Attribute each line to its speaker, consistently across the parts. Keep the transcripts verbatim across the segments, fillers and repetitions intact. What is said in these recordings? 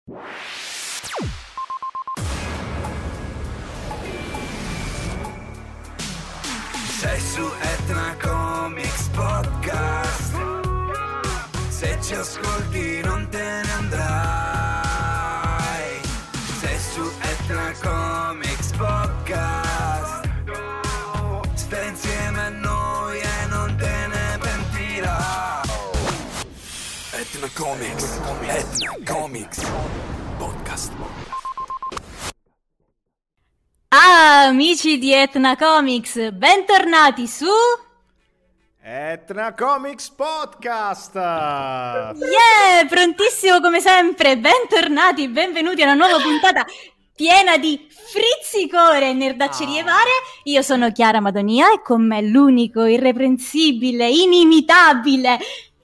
Speaker 1: Sei su Etna Comics Podcast. Se ci ascolti non te ne andrai. Sei su Etna Comics Podcast. Stai insieme a noi e non te ne pentirai. Etna Comics, Etna Comics Podcast.
Speaker 2: Ah, amici di Etna Comics, bentornati su
Speaker 3: Etna Comics Podcast.
Speaker 2: Yeah, prontissimo come sempre, bentornati, benvenuti a una nuova puntata piena di frizzicore e nerdaccerie
Speaker 3: Ah.
Speaker 2: varie. Io sono Chiara Madonia e con me l'unico, irreprensibile, inimitabile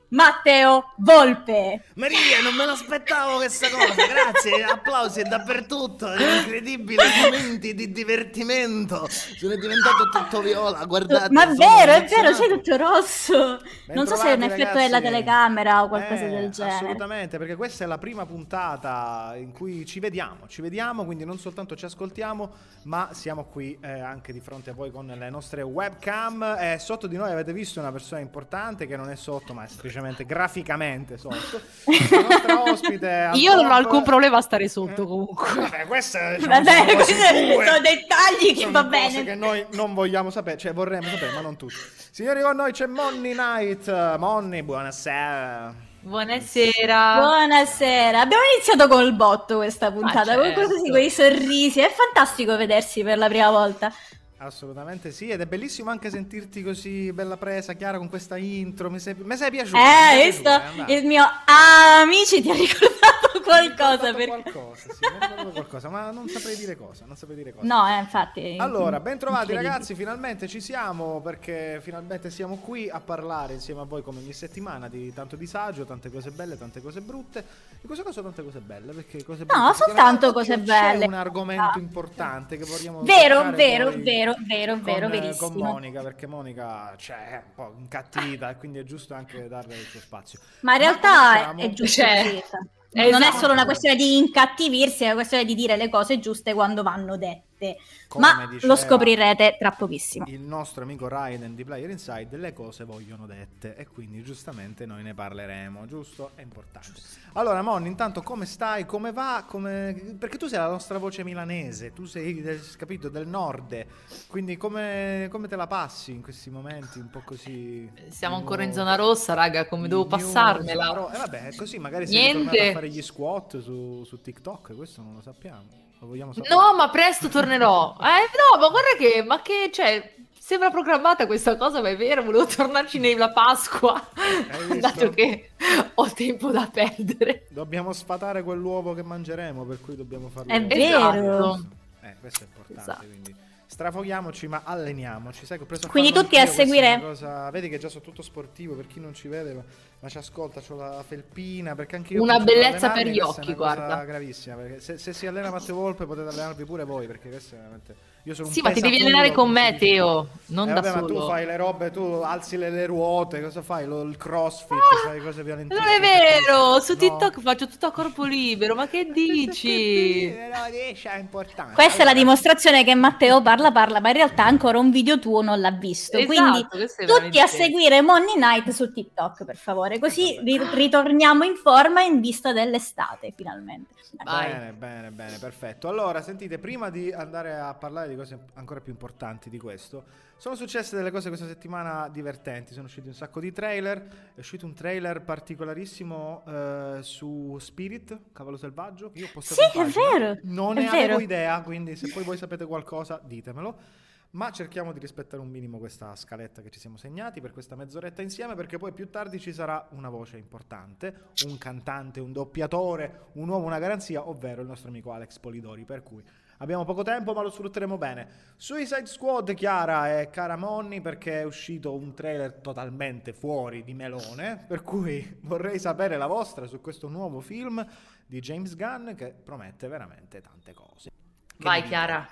Speaker 2: Matteo Volpe.
Speaker 4: Maria, non me l'aspettavo questa cosa, grazie, applausi dappertutto, incredibili momenti di divertimento, sono diventato tutto viola, guardate.
Speaker 2: Ma è
Speaker 4: sono
Speaker 2: vero, è vero,
Speaker 4: emozionato.
Speaker 2: sei tutto rosso. Non so se è un
Speaker 3: Bentrovati,
Speaker 2: effetto della
Speaker 3: ragazzi.
Speaker 2: telecamera o qualcosa
Speaker 3: Eh,
Speaker 2: del genere.
Speaker 3: Assolutamente, perché questa è la prima puntata in cui ci vediamo, ci vediamo, quindi non soltanto ci ascoltiamo, ma siamo qui eh, anche di fronte a voi con le nostre webcam. E sotto di noi avete visto una persona importante che non è sotto, ma è semplicemente graficamente sotto. La nostra ospite al
Speaker 5: Io non ho
Speaker 3: top-
Speaker 5: alcun problema a stare sotto comunque.
Speaker 3: Vabbè, queste diciamo,
Speaker 2: Vabbè,
Speaker 3: sono
Speaker 2: questi
Speaker 3: cose tue.
Speaker 2: sono dettagli che
Speaker 3: Sono
Speaker 2: va
Speaker 3: cose
Speaker 2: bene.
Speaker 3: che noi non vogliamo sapere, cioè vorremmo sapere, ma non tutti. Signori, con noi c'è Monni Knight. Monni, buonasera.
Speaker 5: Buonasera.
Speaker 2: Buonasera, abbiamo iniziato col botto questa puntata,
Speaker 5: Ah,
Speaker 2: con
Speaker 5: certo.
Speaker 2: così, con i sorrisi, è fantastico vedersi per la prima volta.
Speaker 3: Assolutamente sì, ed è bellissimo anche sentirti così bella presa, Chiara, con questa intro. Mi sei, mi sei piaciuto. mi
Speaker 2: Eh,
Speaker 3: sei
Speaker 2: visto?
Speaker 3: piaciuto, è andato.
Speaker 2: Il mio amici ti ha ricordato qualcosa?
Speaker 3: Mi ha
Speaker 2: Per...
Speaker 3: ricordato qualcosa, sì, mi ha ricordato qualcosa, ma non saprei dire cosa, non saprei dire cosa.
Speaker 2: No, eh, infatti.
Speaker 3: Allora, ben trovati
Speaker 2: incredibile.
Speaker 3: ragazzi, finalmente ci siamo, perché finalmente siamo qui a parlare insieme a voi come ogni settimana di tanto disagio, tante cose belle, tante cose brutte. In questo caso tante cose belle, perché cose brutte
Speaker 2: No,
Speaker 3: si
Speaker 2: soltanto
Speaker 3: chiamano-
Speaker 2: cose
Speaker 3: c'è
Speaker 2: belle.
Speaker 3: un argomento
Speaker 2: Ah.
Speaker 3: importante che vogliamo
Speaker 2: Vero,
Speaker 3: toccare
Speaker 2: vero,
Speaker 3: poi
Speaker 2: vero, vero,
Speaker 3: con,
Speaker 2: vero,
Speaker 3: eh,
Speaker 2: verissimo.
Speaker 3: con Monica, perché Monica cioè, è un po' incattivita e quindi è giusto anche darle il suo spazio.
Speaker 2: Ma in realtà
Speaker 3: cominciamo-
Speaker 2: è giusto
Speaker 5: Cioè,
Speaker 2: così, sa. Non è
Speaker 5: esatto.
Speaker 2: solo una questione di incattivirsi, è una questione di dire le cose giuste quando vanno dette.
Speaker 3: Come
Speaker 2: Ma
Speaker 3: diceva
Speaker 2: lo scoprirete tra pochissimo.
Speaker 3: il nostro amico Raiden di Player Inside, le cose vogliono dette e quindi giustamente noi ne parleremo, giusto? È importante. Allora Mon, intanto come stai? Come va? Come... Perché tu sei la nostra voce milanese, tu sei del, capito, del nord, quindi come, come te la passi in questi momenti un po' così?
Speaker 5: Siamo
Speaker 3: di
Speaker 5: ancora in
Speaker 3: nuovo?
Speaker 5: zona rossa, raga, come devo
Speaker 3: New zona
Speaker 5: passarmela?
Speaker 3: ro- Eh vabbè, così magari sei
Speaker 5: Niente.
Speaker 3: ritornato a fare gli squat su, su TikTok, questo non lo sappiamo. Lo vogliamo sapere?
Speaker 5: No, ma presto tornerò. Eh, no, ma guarda che, ma che, cioè, sembra programmata questa cosa, ma è vero, volevo tornarci nella Pasqua,
Speaker 3: Hai visto?
Speaker 5: dato che ho tempo da perdere.
Speaker 3: Dobbiamo sfatare quell'uovo che mangeremo, per cui dobbiamo farlo.
Speaker 2: È vero.
Speaker 3: Eh, questo è importante,
Speaker 5: Esatto.
Speaker 3: quindi strafoghiamoci ma alleniamoci. Sai che ho preso a
Speaker 2: Quindi
Speaker 3: farlo
Speaker 2: tutti a
Speaker 3: anch'io, questa è
Speaker 2: seguire-
Speaker 3: una cosa- Vedi che già sono tutto sportivo, per chi non ci vede, ma, ma ci ascolta, c'ho la felpina, perché anche io
Speaker 5: Una
Speaker 3: comincio ad
Speaker 5: bellezza per
Speaker 3: allenarmi,
Speaker 5: gli
Speaker 3: questa è
Speaker 5: occhi,
Speaker 3: una cosa
Speaker 5: guarda.
Speaker 3: gravissima, perché se, se si allena Matteo Volpe potete allenarvi pure voi, perché questo è veramente... Io sono un
Speaker 5: Sì, ma ti devi
Speaker 3: pesapuro
Speaker 5: allenare con
Speaker 3: che
Speaker 5: me,
Speaker 3: si dice.
Speaker 5: Teo, non
Speaker 3: Eh,
Speaker 5: da
Speaker 3: vabbè, ma tu
Speaker 5: solo.
Speaker 3: fai le robe, tu alzi le, le ruote, cosa fai? Lo- il crossfit, fai cose violentissime.
Speaker 5: Non è vero, su
Speaker 3: No.
Speaker 5: TikTok faccio tutto a corpo libero, ma che dici?
Speaker 3: No, riesce, è importante.
Speaker 2: Questa è la
Speaker 3: Allora,
Speaker 2: dimostrazione che Matteo parla, parla, ma in realtà ancora un video tuo non l'ha visto.
Speaker 5: Esatto,
Speaker 2: Quindi
Speaker 5: questo è
Speaker 2: tutti
Speaker 5: veramente-
Speaker 2: a seguire Money Night su TikTok, per favore, così ri- ritorniamo in forma in vista dell'estate, finalmente.
Speaker 5: Vai.
Speaker 3: Bene, bene, bene, perfetto. Allora, sentite, prima di andare a parlare di cose ancora più importanti di questo, sono successe delle cose questa settimana divertenti. Sono usciti un sacco di trailer. È uscito un trailer particolarissimo eh, su Spirit, Cavallo Selvaggio. Io ho postato
Speaker 2: Sì,
Speaker 3: in
Speaker 2: è
Speaker 3: pagina.
Speaker 2: vero,
Speaker 3: Non
Speaker 2: è
Speaker 3: ne
Speaker 2: vero.
Speaker 3: avevo idea, quindi se poi voi sapete qualcosa, ditemelo. Ma cerchiamo di rispettare un minimo questa scaletta che ci siamo segnati per questa mezz'oretta insieme, perché poi più tardi ci sarà una voce importante, un cantante, un doppiatore, un uomo, una garanzia, ovvero il nostro amico Alex Polidori, per cui abbiamo poco tempo ma lo sfrutteremo bene. Suicide Squad, Chiara e cara Monni, perché è uscito un trailer totalmente fuori di melone, per cui vorrei sapere la vostra su questo nuovo film di James Gunn che promette veramente tante cose. Che
Speaker 5: Vai,
Speaker 3: ne dite?
Speaker 5: Chiara.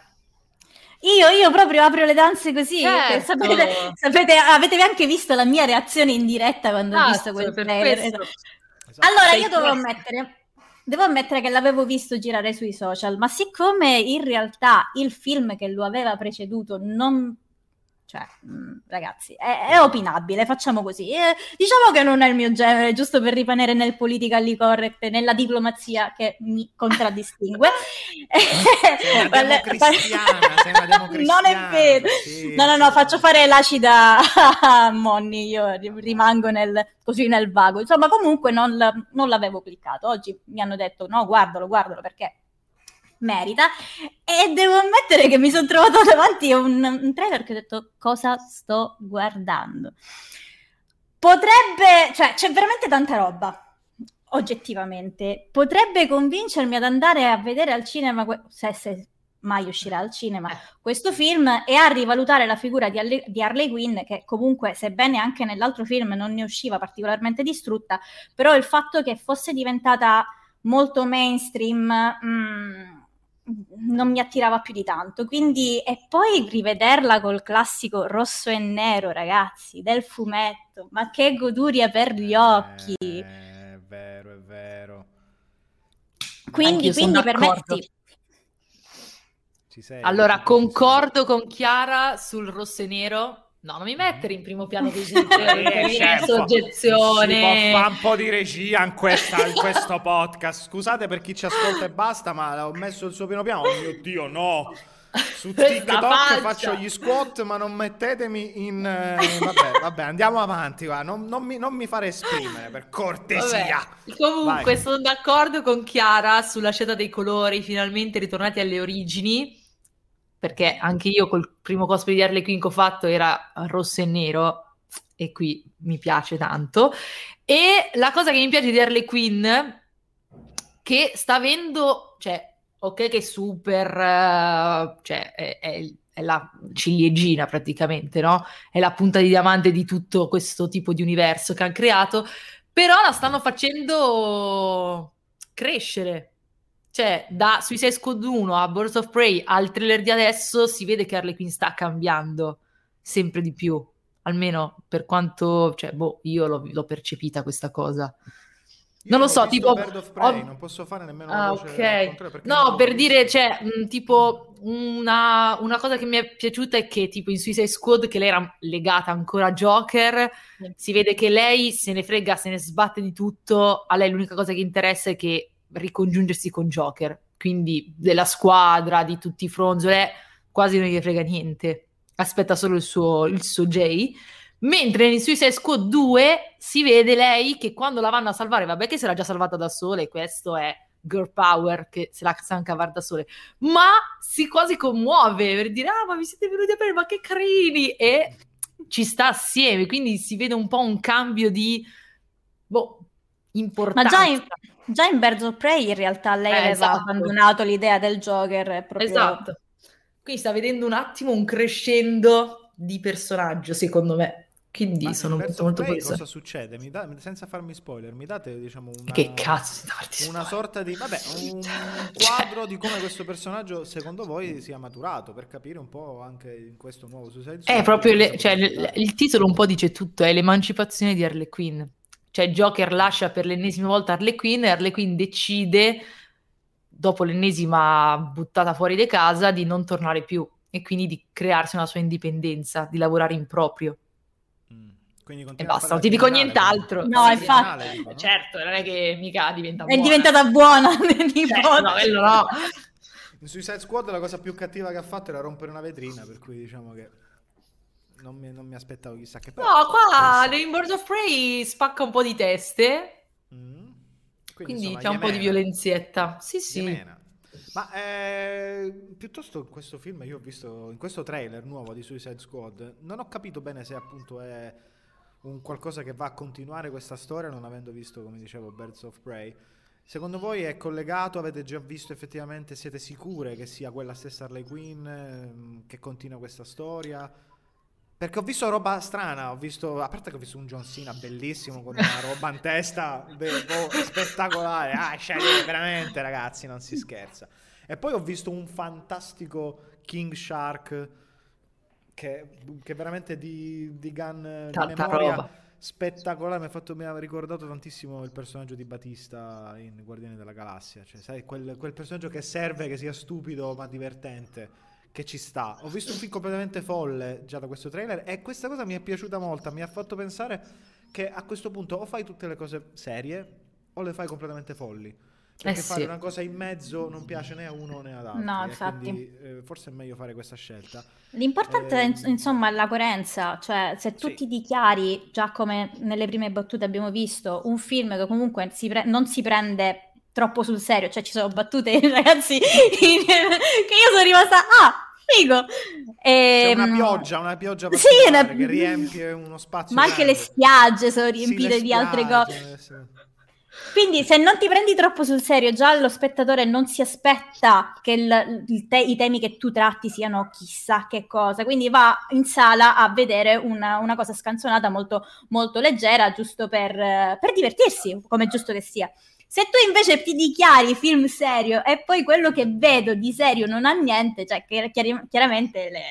Speaker 2: Io, io proprio apro le danze così.
Speaker 5: Certo.
Speaker 2: Sapete, sapete, avete anche visto la mia reazione in diretta quando ho
Speaker 5: Esatto,
Speaker 2: visto quel
Speaker 5: per
Speaker 2: trailer.
Speaker 5: questo.
Speaker 2: Esatto. Allora,
Speaker 5: Sei
Speaker 2: io dovevo
Speaker 5: questo.
Speaker 2: mettere Devo ammettere che l'avevo visto girare sui social, ma siccome in realtà il film che lo aveva preceduto non... Cioè, mh, ragazzi, è, è opinabile, facciamo così. Eh, diciamo che non è il mio genere, giusto per rimanere nel politically correct, nella diplomazia che mi contraddistingue.
Speaker 3: Sei una democristiana, sei una democristiana.
Speaker 2: Non è vero.
Speaker 3: Sì,
Speaker 2: no, no, no,
Speaker 3: sì.
Speaker 2: faccio fare l'acida a Monni, io rimango nel, così nel vago. Insomma, comunque non, l- non l'avevo cliccato. Oggi mi hanno detto, no, guardalo, guardalo, perché... merita, e devo ammettere che mi sono trovato davanti a un, un trailer che ho detto cosa sto guardando. Potrebbe, cioè c'è veramente tanta roba, oggettivamente, potrebbe convincermi ad andare a vedere al cinema, que- se, se mai uscirà al cinema, questo film, e a rivalutare la figura di, Harley, di Harley Quinn, che comunque, sebbene anche nell'altro film non ne usciva particolarmente distrutta, però il fatto che fosse diventata molto mainstream mh, non mi attirava più di tanto, quindi, e poi rivederla col classico rosso e nero, ragazzi, del fumetto, ma che goduria per gli occhi.
Speaker 3: Eh, è vero, è vero.
Speaker 2: Quindi,
Speaker 5: Anch'io sono
Speaker 2: quindi per me
Speaker 5: d'accordo.
Speaker 2: sì.
Speaker 3: Ci sei,
Speaker 5: Allora,
Speaker 3: ci sei.
Speaker 5: concordo con Chiara sul rosso e nero. No, non mi mettere in primo piano così, cioè, perché
Speaker 3: Eh,
Speaker 5: mi
Speaker 3: cioè,
Speaker 5: è
Speaker 3: un po'-
Speaker 5: soggezione.
Speaker 3: Si può fare un po' di regia in, questa- in questo podcast. Scusate per chi ci ascolta e basta, ma ho messo il suo primo piano. Oh mio Dio, no! Su
Speaker 5: Questa
Speaker 3: TikTok
Speaker 5: faccia.
Speaker 3: faccio gli squat, ma non mettetemi in... eh, vabbè, vabbè, andiamo avanti. Va. Non, non mi, non mi fare esprimere, per cortesia.
Speaker 5: Vabbè, comunque
Speaker 3: Vai.
Speaker 5: sono d'accordo con Chiara sulla scelta dei colori, finalmente ritornati alle origini, perché anche io col primo cosplay di Harley Quinn che ho fatto era rosso e nero, e qui mi piace tanto. E la cosa che mi piace di Harley Quinn, che sta avendo, cioè, ok che è super, eh, cioè, è, è- è la ciliegina praticamente, no? È la punta di diamante di tutto questo tipo di universo che hanno creato, però la stanno facendo crescere. Cioè, da Suicide Squad uno a Birds of Prey al trailer di adesso si vede che Harley Quinn sta cambiando sempre di più. Almeno per quanto, cioè, boh, io l'ho, l'ho percepita questa cosa.
Speaker 3: Io
Speaker 5: Non lo
Speaker 3: ho
Speaker 5: so,
Speaker 3: visto
Speaker 5: tipo...
Speaker 3: Bird of Prey,
Speaker 5: ho-
Speaker 3: non posso fare nemmeno
Speaker 5: Ah,
Speaker 3: una voce al
Speaker 5: ok.
Speaker 3: contrario, perché non
Speaker 5: No,
Speaker 3: l'ho
Speaker 5: per
Speaker 3: visto.
Speaker 5: dire, cioè, mh, tipo, una, una cosa che mi è piaciuta è che, tipo, in Suicide Squad, che lei era legata ancora a Joker, si vede che lei se ne frega, se ne sbatte di tutto, a lei l'unica cosa che interessa è che ricongiungersi con Joker, quindi della squadra, di tutti i fronzole, quasi non gli frega niente, aspetta solo il suo, il suo Jay. Mentre in Suicide Squad due si vede lei che quando la vanno a salvare, vabbè che se l'ha già salvata da sola e questo è girl power, che se la sa cavare da sole, ma si quasi commuove per dire ah ma vi siete venuti a bene, ma che carini, e ci sta assieme, quindi si vede un po' un cambio di boh,
Speaker 2: Ma
Speaker 5: importanza.
Speaker 2: già in, già in Birds of Prey in realtà lei
Speaker 5: Eh,
Speaker 2: aveva
Speaker 5: esatto.
Speaker 2: abbandonato l'idea del Joker, è proprio...
Speaker 5: Esatto. Quindi sta vedendo un attimo un crescendo di personaggio, secondo me. Quindi
Speaker 3: Ma
Speaker 5: sono
Speaker 3: in
Speaker 5: molto
Speaker 3: Birds of
Speaker 5: molto
Speaker 3: Prey
Speaker 5: curiosa.
Speaker 3: cosa succede? Mi da- senza farmi spoiler, mi date diciamo una,
Speaker 5: Che cazzo da farti
Speaker 3: una
Speaker 5: spoiler?
Speaker 3: sorta di vabbè, un quadro di come questo personaggio secondo voi sia maturato, per capire un po' anche in questo nuovo Suicide Squad.
Speaker 5: È proprio le-
Speaker 3: cosa
Speaker 5: cioè,
Speaker 3: potrebbe
Speaker 5: il,
Speaker 3: dare.
Speaker 5: il titolo un po' dice tutto, è l'emancipazione di Harley Quinn. Cioè Joker lascia per l'ennesima volta Harley Quinn e Harley Quinn decide, dopo l'ennesima buttata fuori di casa, di non tornare più e quindi di crearsi una sua indipendenza, di lavorare in proprio.
Speaker 3: Mm. Quindi
Speaker 5: E
Speaker 3: continua a
Speaker 5: basta,
Speaker 3: fare
Speaker 5: non ti
Speaker 3: la
Speaker 5: dico
Speaker 3: criminale,
Speaker 5: nient'altro.
Speaker 3: quindi.
Speaker 2: No,
Speaker 3: Fa la
Speaker 2: infatti.
Speaker 3: criminale, dico, no?
Speaker 5: Certo, non è che mica diventa
Speaker 2: È
Speaker 5: buona.
Speaker 2: diventata buona,
Speaker 5: Certo,
Speaker 2: nipote.
Speaker 5: no, quello no.
Speaker 3: In Suicide Squad la cosa più cattiva che ha fatto era rompere una vetrina, per cui diciamo che non mi, non mi aspettavo chissà che però-
Speaker 5: No, qua in Birds of Prey spacca un po' di teste,
Speaker 3: Mm.
Speaker 5: quindi
Speaker 3: insomma,
Speaker 5: c'è un po' di
Speaker 3: Yemena.
Speaker 5: violenzietta. Sì, sì.
Speaker 3: Yemena. Ma eh, piuttosto in questo film io ho visto, in questo trailer nuovo di Suicide Squad, non ho capito bene se appunto è un qualcosa che va a continuare questa storia, non avendo visto, come dicevo, Birds of Prey. Secondo voi è collegato? Avete già visto effettivamente? Siete sicure che sia quella stessa Harley Quinn ehm, che continua questa storia? Perché ho visto roba strana, ho visto, a parte che ho visto un John Cena bellissimo con una roba in testa, be- boh, spettacolare, ah, sceglie, veramente ragazzi, non si scherza. E poi ho visto un fantastico King Shark che, che veramente di, di gun di
Speaker 5: Tanta
Speaker 3: memoria
Speaker 5: roba.
Speaker 3: spettacolare, mi ha, fatto, mi ha ricordato tantissimo il personaggio di Batista in Guardiani della Galassia, cioè sai quel, quel personaggio che serve che sia stupido ma divertente, che ci sta. Ho visto un film completamente folle già da questo trailer e questa cosa mi è piaciuta molto, mi ha fatto pensare che a questo punto o fai tutte le cose serie o le fai completamente folli, perché
Speaker 5: Eh
Speaker 3: fare
Speaker 5: sì.
Speaker 3: una cosa in mezzo non piace né a uno né ad altri.
Speaker 2: No,
Speaker 3: e
Speaker 2: infatti.
Speaker 3: quindi, eh, forse è meglio fare questa scelta.
Speaker 2: L'importante è,
Speaker 3: Ehm,
Speaker 2: ins- insomma, è la coerenza, cioè se tu
Speaker 3: Sì.
Speaker 2: ti dichiari, già come nelle prime battute abbiamo visto, un film che comunque si pre- non si prende troppo sul serio, cioè ci sono battute, ragazzi, in- che io sono rimasta, ah, figo!
Speaker 3: C'è una
Speaker 2: Ehm,
Speaker 3: pioggia, una pioggia
Speaker 2: sì,
Speaker 3: particolare
Speaker 2: una-
Speaker 3: che riempie uno spazio
Speaker 2: ma anche le
Speaker 3: grande.
Speaker 2: spiagge sono
Speaker 3: Sì,
Speaker 2: riempite
Speaker 3: le
Speaker 2: di altre
Speaker 3: spiagge,
Speaker 2: cose.
Speaker 3: adesso-
Speaker 2: Quindi se non ti prendi troppo sul serio, già lo spettatore non si aspetta che il- il te- i temi che tu tratti siano chissà che cosa, quindi va in sala a vedere una, una cosa scanzonata molto, molto leggera, giusto per, eh, per divertirsi, come è giusto che sia. Se tu invece ti dichiari film serio e poi quello che vedo di serio non ha niente, cioè chiar- chiari- chiaramente le,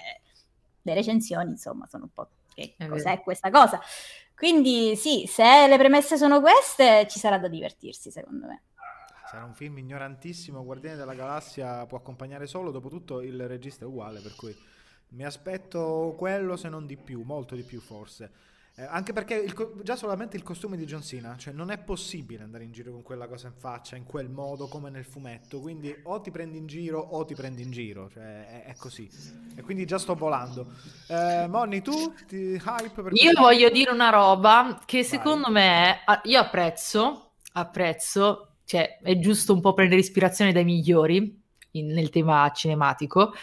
Speaker 2: le recensioni, insomma, sono un po' che
Speaker 5: È
Speaker 2: cos'è
Speaker 5: vero.
Speaker 2: questa cosa. Quindi sì, se le premesse sono queste, ci sarà da divertirsi, secondo me.
Speaker 3: Sarà un film ignorantissimo. Guardiani della Galassia può accompagnare solo, dopotutto il regista è uguale, per cui mi aspetto quello se non di più, molto di più forse. Eh, anche perché il co- già solamente il costume di John Cena, cioè non è possibile andare in giro con quella cosa in faccia in quel modo come nel fumetto, quindi o ti prendi in giro o ti prendi in giro, cioè è, è così. E quindi già sto volando. Eh, Monni, tu ti hype per
Speaker 5: Io
Speaker 3: questo
Speaker 5: voglio
Speaker 3: film?
Speaker 5: dire una roba che
Speaker 3: Vai.
Speaker 5: secondo me ah, io apprezzo, apprezzo, cioè è giusto un po' prendere ispirazione dai migliori in- nel tema cinematico,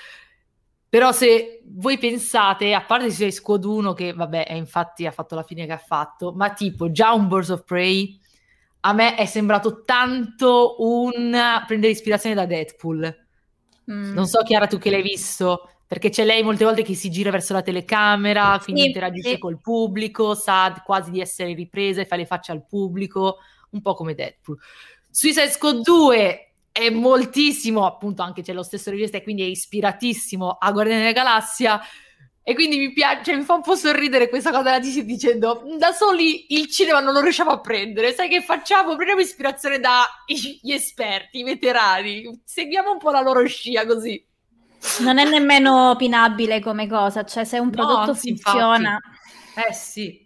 Speaker 5: però se voi pensate, a parte Suicide Squad uno che vabbè, è infatti ha fatto la fine che ha fatto, ma tipo già un Birds of Prey a me è sembrato tanto un prendere ispirazione da Deadpool.
Speaker 2: Mm.
Speaker 5: Non so Chiara tu che l'hai visto, perché c'è lei molte volte che si gira verso la telecamera, quindi
Speaker 2: Sì,
Speaker 5: interagisce
Speaker 2: sì.
Speaker 5: col pubblico, sa quasi di essere ripresa e fa le facce al pubblico, un po' come Deadpool. Suicide Squad due è moltissimo, appunto anche c'è lo stesso regista e quindi è ispiratissimo a Guardiani della Galassia e quindi mi piace, cioè, mi fa un po' sorridere questa cosa della D C dicendo da soli il cinema non lo riusciamo a prendere, sai che facciamo? Prendiamo ispirazione dagli esperti, i veterani, seguiamo un po' la loro scia così.
Speaker 2: Non è nemmeno opinabile come cosa, cioè se un
Speaker 5: No,
Speaker 2: prodotto
Speaker 5: anzi,
Speaker 2: funziona...
Speaker 5: Eh sì,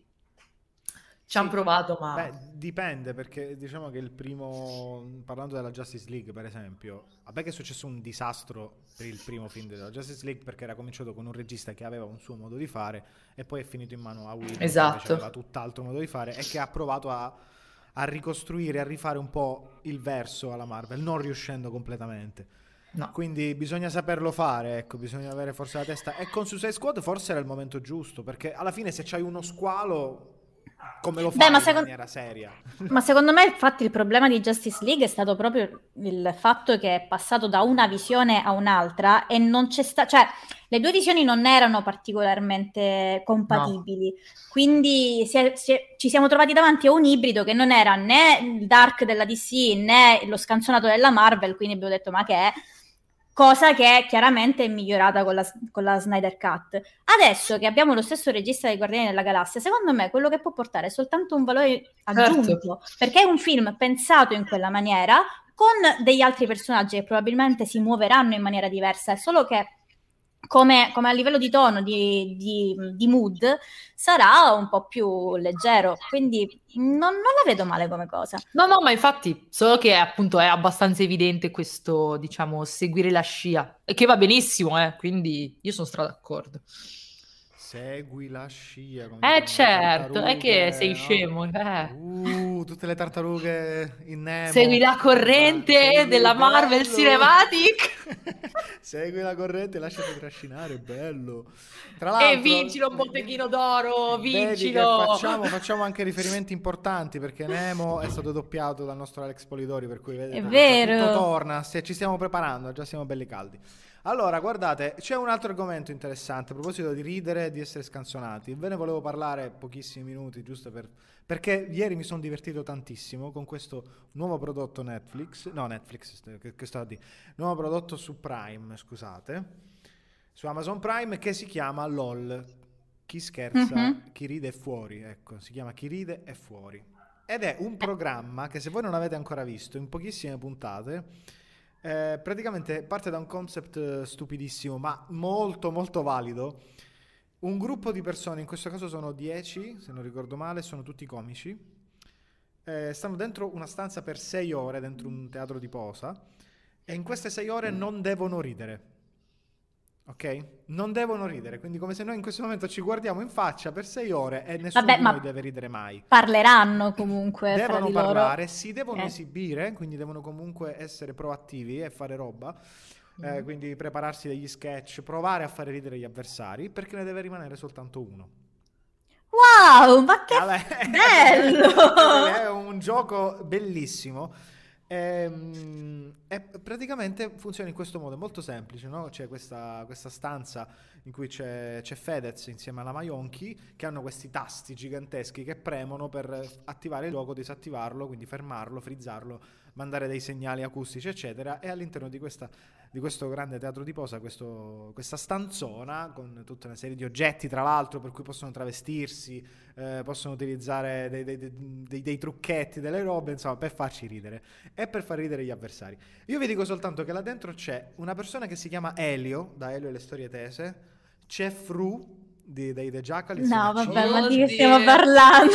Speaker 5: ci hanno
Speaker 3: Sì.
Speaker 5: provato, ma...
Speaker 3: Beh, dipende, perché diciamo che il primo, parlando della Justice League per esempio, vabbè che è successo un disastro per il primo film della Justice League perché era cominciato con un regista che aveva un suo modo di fare e poi è finito in mano a Whedon,
Speaker 5: Esatto.
Speaker 3: che invece aveva tutt'altro modo di fare e che ha provato a, a ricostruire, a rifare un po' il verso alla Marvel, non riuscendo completamente.
Speaker 5: No.
Speaker 3: Quindi bisogna saperlo fare, ecco, bisogna avere forse la testa. E con Suicide Squad forse era il momento giusto, perché alla fine se c'hai uno squalo, come lo
Speaker 2: Beh,
Speaker 3: fai
Speaker 2: ma
Speaker 3: in
Speaker 2: secon-
Speaker 3: maniera seria?
Speaker 2: Ma secondo me, infatti, il problema di Justice League è stato proprio il fatto che è passato da una visione a un'altra e non c'è sta, cioè le due visioni non erano particolarmente compatibili. Quindi si è- si è- ci siamo trovati davanti a un ibrido che non era né il dark della D C né lo scanzonato della Marvel, quindi abbiamo detto ma che è? Cosa che chiaramente è migliorata con la, con la Snyder Cut. Adesso che abbiamo lo stesso regista dei Guardiani della Galassia, secondo me quello che può portare è soltanto un valore aggiunto, perché è un film pensato in quella maniera, con degli altri personaggi che probabilmente si muoveranno in maniera diversa, è solo che come, come a livello di tono, di, di, di mood, sarà un po' più leggero, quindi non, non la vedo male come cosa.
Speaker 5: No, no, ma infatti, solo che appunto è abbastanza evidente questo, diciamo, seguire la scia, e che va benissimo, eh, quindi io sono stra d'accordo.
Speaker 3: Segui la scia. come
Speaker 5: Eh
Speaker 3: dicono le
Speaker 5: certo, è che
Speaker 3: tartarughe,
Speaker 5: sei
Speaker 3: no?
Speaker 5: scemo, eh.
Speaker 3: Uh, tutte le tartarughe in Nemo.
Speaker 5: Segui la corrente
Speaker 3: Segui,
Speaker 5: della Marvel
Speaker 3: bello.
Speaker 5: Cinematic.
Speaker 3: Segui la corrente e lasciati trascinare, bello. Tra
Speaker 5: E
Speaker 3: l'altro,
Speaker 5: vincilo un botteghino d'oro,
Speaker 3: vedi che
Speaker 5: vincilo.
Speaker 3: facciamo, facciamo anche riferimenti importanti, perché Nemo è stato doppiato dal nostro Alex Polidori, per cui vedete
Speaker 2: È
Speaker 3: che
Speaker 2: vero.
Speaker 3: tutto torna, se ci stiamo preparando, già siamo belli caldi. Allora, guardate, c'è un altro argomento interessante a proposito di ridere e di essere scanzonati. Ve ne volevo parlare pochissimi minuti, giusto per... perché ieri mi sono divertito tantissimo con questo nuovo prodotto Netflix, no Netflix, che, che sto a dire, nuovo prodotto su Prime, scusate, su Amazon Prime, che si chiama LOL, chi scherza,
Speaker 2: Mhm.
Speaker 3: chi ride è fuori, ecco, si chiama Chi ride è fuori. Ed è un programma che se voi non avete ancora visto, in pochissime puntate, eh, praticamente parte da un concept eh, stupidissimo, ma molto molto valido. Un gruppo di persone, in questo caso sono dieci, se non ricordo male, sono tutti comici, eh, stanno dentro una stanza per sei ore, dentro un teatro di posa, e in queste sei ore non devono ridere. Ok? Non devono ridere, quindi come se noi in questo momento ci guardiamo in faccia per sei ore e nessuno
Speaker 2: Vabbè,
Speaker 3: di
Speaker 2: ma
Speaker 3: noi deve ridere mai.
Speaker 2: parleranno comunque fra
Speaker 3: Devono
Speaker 2: di loro.
Speaker 3: parlare, si devono
Speaker 2: Eh.
Speaker 3: esibire, quindi devono comunque essere proattivi e fare roba, eh, quindi prepararsi degli sketch, provare a fare ridere gli avversari, perché ne deve rimanere soltanto uno.
Speaker 2: Wow, ma che
Speaker 3: Vabbè,
Speaker 2: bello!
Speaker 3: è un gioco bellissimo. Ehm, E, praticamente funziona in questo modo, è molto semplice, no? C'è questa, questa stanza in cui c'è, c'è Fedez insieme alla Maionchi, che hanno questi tasti giganteschi che premono per attivare il gioco, disattivarlo, quindi fermarlo, frizzarlo, mandare dei segnali acustici, eccetera. E all'interno di questa di questo grande teatro di posa, questo, questa stanzona con tutta una serie di oggetti, tra l'altro, per cui possono travestirsi, eh, possono utilizzare dei, dei, dei, dei trucchetti, delle robe, insomma, per farci ridere e per far ridere gli avversari. Io vi dico soltanto che là dentro c'è una persona che si chiama Elio, da Elio e le storie tese, c'è Fru di, dei The Jackal insieme
Speaker 2: No,
Speaker 3: a
Speaker 2: vabbè,
Speaker 3: Ciro.
Speaker 2: ma di che
Speaker 5: Oddio.
Speaker 2: stiamo parlando?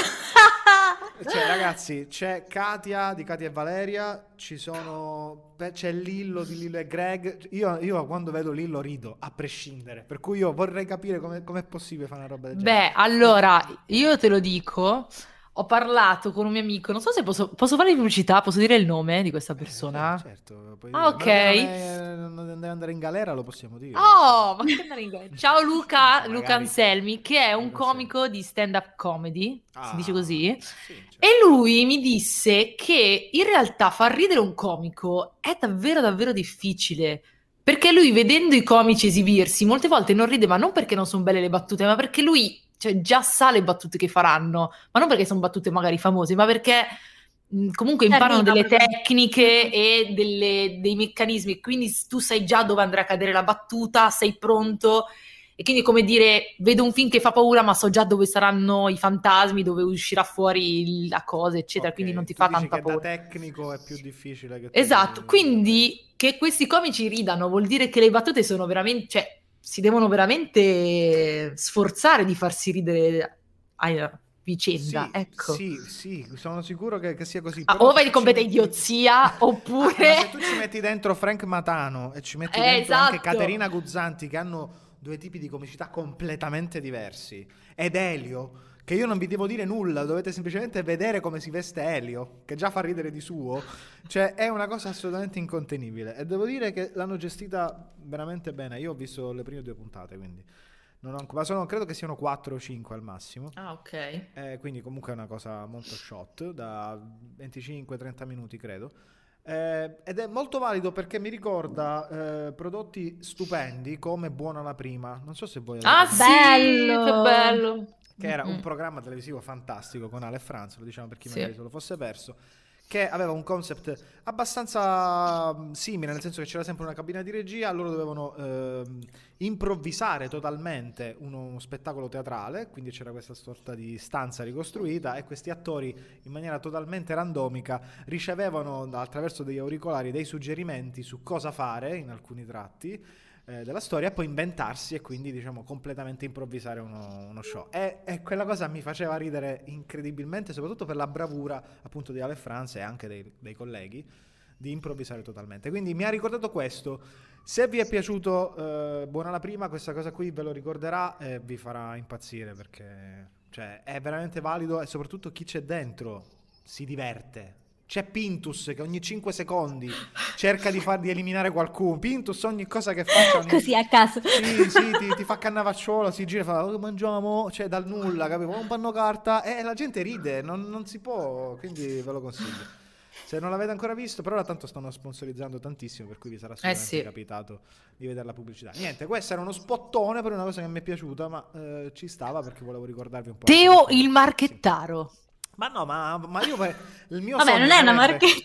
Speaker 3: Cioè, ragazzi, c'è Katia di Katia e Valeria, ci sono, beh, c'è Lillo di Lillo e Greg. Io, io quando vedo Lillo rido, a prescindere. Per cui io vorrei capire come è possibile fare una roba del genere.
Speaker 5: Beh, allora, io te lo dico, ho parlato con un mio amico, non so se posso, posso fare pubblicità, posso dire il nome di questa persona?
Speaker 3: Eh, certo, puoi
Speaker 5: Ah,
Speaker 3: dire. Ma
Speaker 5: ok.
Speaker 3: non, è- non deve andare in galera, lo possiamo dire.
Speaker 5: Oh, ma che andare in galera. Ciao Luca,
Speaker 3: Magari.
Speaker 5: Luca Anselmi, che è un
Speaker 3: Luca
Speaker 5: comico di stand-up comedy,
Speaker 3: Ah,
Speaker 5: si dice così.
Speaker 3: sì, certo.
Speaker 5: E lui mi disse che in realtà far ridere un comico è davvero davvero difficile, perché lui vedendo i comici esibirsi molte volte non ride, ma non perché non sono belle le battute, ma perché lui, cioè, già sa le battute che faranno, ma non perché sono battute magari famose, ma perché mh, comunque imparano
Speaker 2: Arriva
Speaker 5: delle
Speaker 2: proprio.
Speaker 5: tecniche e delle- dei meccanismi, quindi s- tu sai già dove andrà a cadere la battuta, sei pronto. E quindi è come dire, vedo un film che fa paura, ma so già dove saranno i fantasmi, dove uscirà fuori la cosa, eccetera,
Speaker 3: Ok,
Speaker 5: quindi non ti
Speaker 3: tu
Speaker 5: fa
Speaker 3: dici
Speaker 5: tanta
Speaker 3: che
Speaker 5: paura.
Speaker 3: da tecnico è più difficile che tu-
Speaker 5: Esatto, quindi che questi comici ridano vuol dire che le battute sono veramente, cioè, si devono veramente sforzare di farsi ridere a vicenda,
Speaker 3: Sì,
Speaker 5: ecco.
Speaker 3: sì, sì, sono sicuro che, che sia così.
Speaker 5: Ah,
Speaker 3: però
Speaker 5: o
Speaker 3: se
Speaker 5: vai
Speaker 3: tu
Speaker 5: di completa
Speaker 3: ci metti-
Speaker 5: idiozia,
Speaker 3: Ah, ma
Speaker 5: oppure...
Speaker 3: se tu ci metti dentro Frank Matano e ci metti
Speaker 5: Eh,
Speaker 3: dentro anche
Speaker 5: esatto.
Speaker 3: Caterina Guzzanti, che hanno due tipi di comicità completamente diversi, ed Elio, che io non vi devo dire nulla, dovete semplicemente vedere come si veste Elio, che già fa ridere di suo, cioè è una cosa assolutamente incontenibile, e devo dire che l'hanno gestita veramente bene. Io ho visto le prime due puntate, quindi non ho ancora, ma sono, credo che siano quattro o cinque al massimo.
Speaker 5: Ah, ok.
Speaker 3: Eh, quindi comunque è una cosa molto short, da venticinque trenta minuti credo. Eh, ed è molto valido perché mi ricorda eh, prodotti stupendi come Buona la prima. Non so se voi
Speaker 5: Ah,
Speaker 3: avete
Speaker 5: sì,
Speaker 2: Bello.
Speaker 5: che bello.
Speaker 3: che era un
Speaker 5: Mm-mm.
Speaker 3: programma televisivo fantastico con Ale e Franz, lo diciamo per chi
Speaker 5: Sì.
Speaker 3: magari se lo fosse perso, che aveva un concept abbastanza mh, simile, nel senso che c'era sempre una cabina di regia, loro dovevano ehm, improvvisare totalmente uno, uno spettacolo teatrale, quindi c'era questa sorta di stanza ricostruita e questi attori in maniera totalmente randomica ricevevano da- attraverso degli auricolari dei suggerimenti su cosa fare in alcuni tratti eh, della storia e poi inventarsi e quindi diciamo completamente improvvisare uno, uno show e, e quella cosa mi faceva ridere incredibilmente, soprattutto per la bravura appunto di Ale Franz e anche dei, dei colleghi di improvvisare totalmente. Quindi mi ha ricordato questo. Se vi è piaciuto eh, Buona la prima, questa cosa qui ve lo ricorderà e vi farà impazzire, perché cioè, è veramente valido e soprattutto chi c'è dentro si diverte. C'è Pintus che ogni cinque secondi cerca di far di eliminare qualcuno. Pintus ogni cosa che faccia ogni...
Speaker 2: Così a caso.
Speaker 3: Sì, sì, ti, ti fa cannavacciuolo, si gira e fa "Oh, mangiamo", cioè dal nulla, capivo? Un panno carta e la gente ride, non, non si può, quindi ve lo consiglio. Se non l'avete ancora visto, però ora tanto stanno sponsorizzando tantissimo, per cui vi sarà assolutamente
Speaker 5: sì.
Speaker 3: capitato di vedere la pubblicità. Niente, questo era uno spottone per una cosa che mi è piaciuta, ma eh, ci stava perché volevo ricordarvi un po'.
Speaker 5: Teo
Speaker 3: anche-
Speaker 5: il marchettaro.
Speaker 3: Ma no, ma, ma io il mio
Speaker 2: Vabbè,
Speaker 3: sogno
Speaker 2: non è una
Speaker 3: sarebbe-
Speaker 2: marchetta.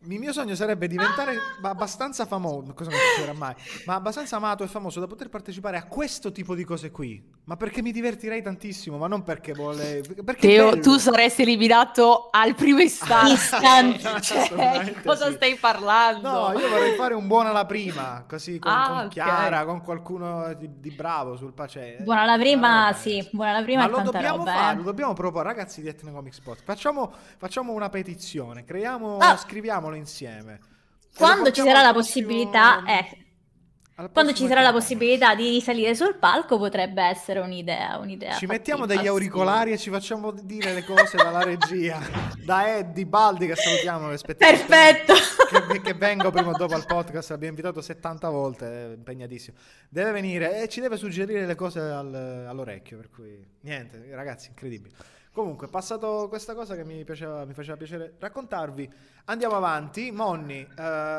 Speaker 3: Il mio sogno sarebbe diventare abbastanza famoso, cosa non succederà mai, ma abbastanza amato e famoso da poter partecipare a questo tipo di cose qui. Ma perché mi divertirei tantissimo, ma non perché vuole... Perché
Speaker 5: Teo, tu saresti eliminato al primo istante.
Speaker 2: Istante.
Speaker 5: Cioè, cosa
Speaker 3: sì.
Speaker 5: stai parlando?
Speaker 3: No, io vorrei fare un buono alla prima, così con,
Speaker 5: Ah,
Speaker 3: con
Speaker 5: ok.
Speaker 3: Chiara, con qualcuno di, di bravo sul pace.
Speaker 2: Buona la prima,
Speaker 3: Roba,
Speaker 2: sì,
Speaker 3: eh.
Speaker 2: buona la prima
Speaker 3: Ma
Speaker 2: e
Speaker 3: lo
Speaker 2: tanta
Speaker 3: dobbiamo
Speaker 2: roba,
Speaker 3: fare,
Speaker 2: eh.
Speaker 3: lo dobbiamo proporre, ragazzi di Etnocomics Podcast. Facciamo, facciamo una petizione, creiamo,
Speaker 2: Ah.
Speaker 3: scriviamolo insieme. E
Speaker 2: Quando
Speaker 3: lo
Speaker 2: ci
Speaker 3: portiamo
Speaker 2: sarà
Speaker 3: al
Speaker 2: la
Speaker 3: prossimo-
Speaker 2: possibilità, eh,
Speaker 3: al
Speaker 2: quando ci
Speaker 3: prossimo
Speaker 2: sarà la
Speaker 3: Etnocomics.
Speaker 2: possibilità di risalire sul palco potrebbe essere un'idea, un'idea
Speaker 3: Ci mettiamo
Speaker 2: fattibile,
Speaker 3: degli auricolari e ci facciamo dire le cose dalla regia, da Eddie Baldi, che salutiamo rispettivamente.
Speaker 2: Perfetto.
Speaker 3: Che, che vengo prima o dopo al podcast, l'abbiamo invitato settanta volte, è impegnatissimo. Deve venire e ci deve suggerire le cose al- all'orecchio, per cui niente, ragazzi, incredibile. Comunque, passato questa cosa che mi, piaceva, mi faceva piacere raccontarvi, andiamo avanti. Monni, eh,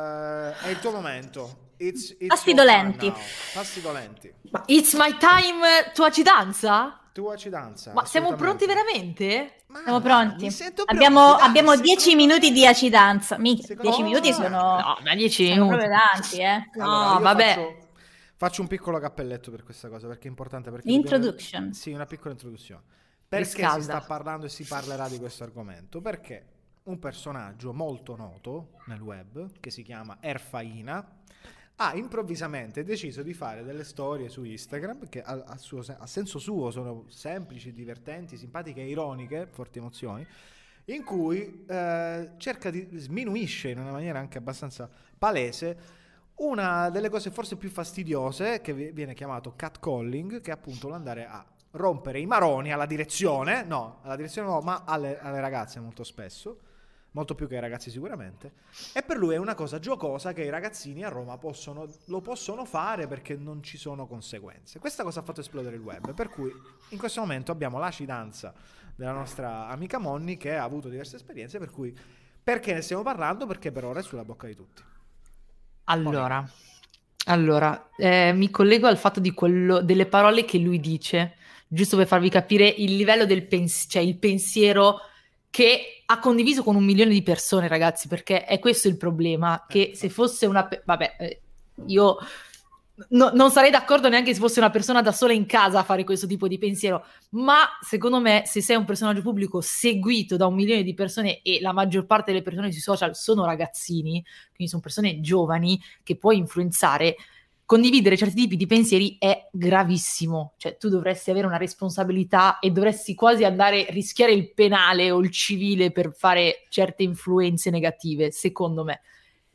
Speaker 3: è il tuo momento. It's, it's
Speaker 2: Pasti
Speaker 3: your time
Speaker 2: dolenti.
Speaker 3: now. Pasti dolenti.
Speaker 5: Ma It's my time, tua ci danza?
Speaker 3: Tua ci danza.
Speaker 5: Ma siamo pronti
Speaker 3: assolutamente.
Speaker 5: veramente?
Speaker 3: Ma
Speaker 2: Siamo pronti.
Speaker 3: mi sento
Speaker 2: Abbiamo,
Speaker 3: pronti, dai,
Speaker 2: abbiamo
Speaker 3: secondo
Speaker 2: dieci
Speaker 3: me-
Speaker 2: minuti di acidanza. Mi,
Speaker 3: Secondo
Speaker 2: dieci
Speaker 3: me-
Speaker 2: minuti sono,
Speaker 5: No, ma dieci
Speaker 2: sono
Speaker 5: minuti.
Speaker 2: proprio tanti, eh.
Speaker 5: No,
Speaker 3: Allora, io
Speaker 5: vabbè.
Speaker 3: Faccio, faccio un piccolo cappelletto per questa cosa, perché è importante. Perché
Speaker 2: L'introduction.
Speaker 3: dobbiamo- Sì, una piccola introduzione. Perché
Speaker 5: Riscalda.
Speaker 3: si sta parlando e si parlerà di questo argomento? Perché un personaggio molto noto nel web, che si chiama Erfaina, ha improvvisamente deciso di fare delle storie su Instagram che a, a suo sen- a senso suo sono semplici, divertenti, simpatiche e ironiche, forti emozioni, in cui eh, cerca di sminuisce in una maniera anche abbastanza palese una delle cose forse più fastidiose, che vi- viene chiamato catcalling, che è appunto l'andare a rompere i maroni alla direzione, no, alla direzione no, ma alle, alle ragazze molto spesso, molto più che ai ragazzi sicuramente, e per lui è una cosa giocosa che i ragazzini a Roma possono, lo possono fare perché non ci sono conseguenze. Questa cosa ha fatto esplodere il web, per cui in questo momento abbiamo l'acidanza della nostra amica Monni, che ha avuto diverse esperienze, per cui perché ne stiamo parlando? Perché per ora è sulla bocca di tutti.
Speaker 5: Allora, allora eh, mi collego al fatto di quello, delle parole che lui dice, giusto per farvi capire il livello del pens- cioè il pensiero che ha condiviso con un milione di persone, ragazzi, perché è questo il problema, che
Speaker 3: Eh,
Speaker 5: se fosse una... pe- vabbè, eh, io no- non sarei d'accordo neanche se fosse una persona da sola in casa a fare questo tipo di pensiero, ma secondo me se sei un personaggio pubblico seguito da un milione di persone e la maggior parte delle persone sui social sono ragazzini, quindi sono persone giovani che puoi influenzare, condividere certi tipi di pensieri è gravissimo, cioè tu dovresti avere una responsabilità e dovresti quasi andare a rischiare il penale o il civile per fare certe influenze negative, secondo me.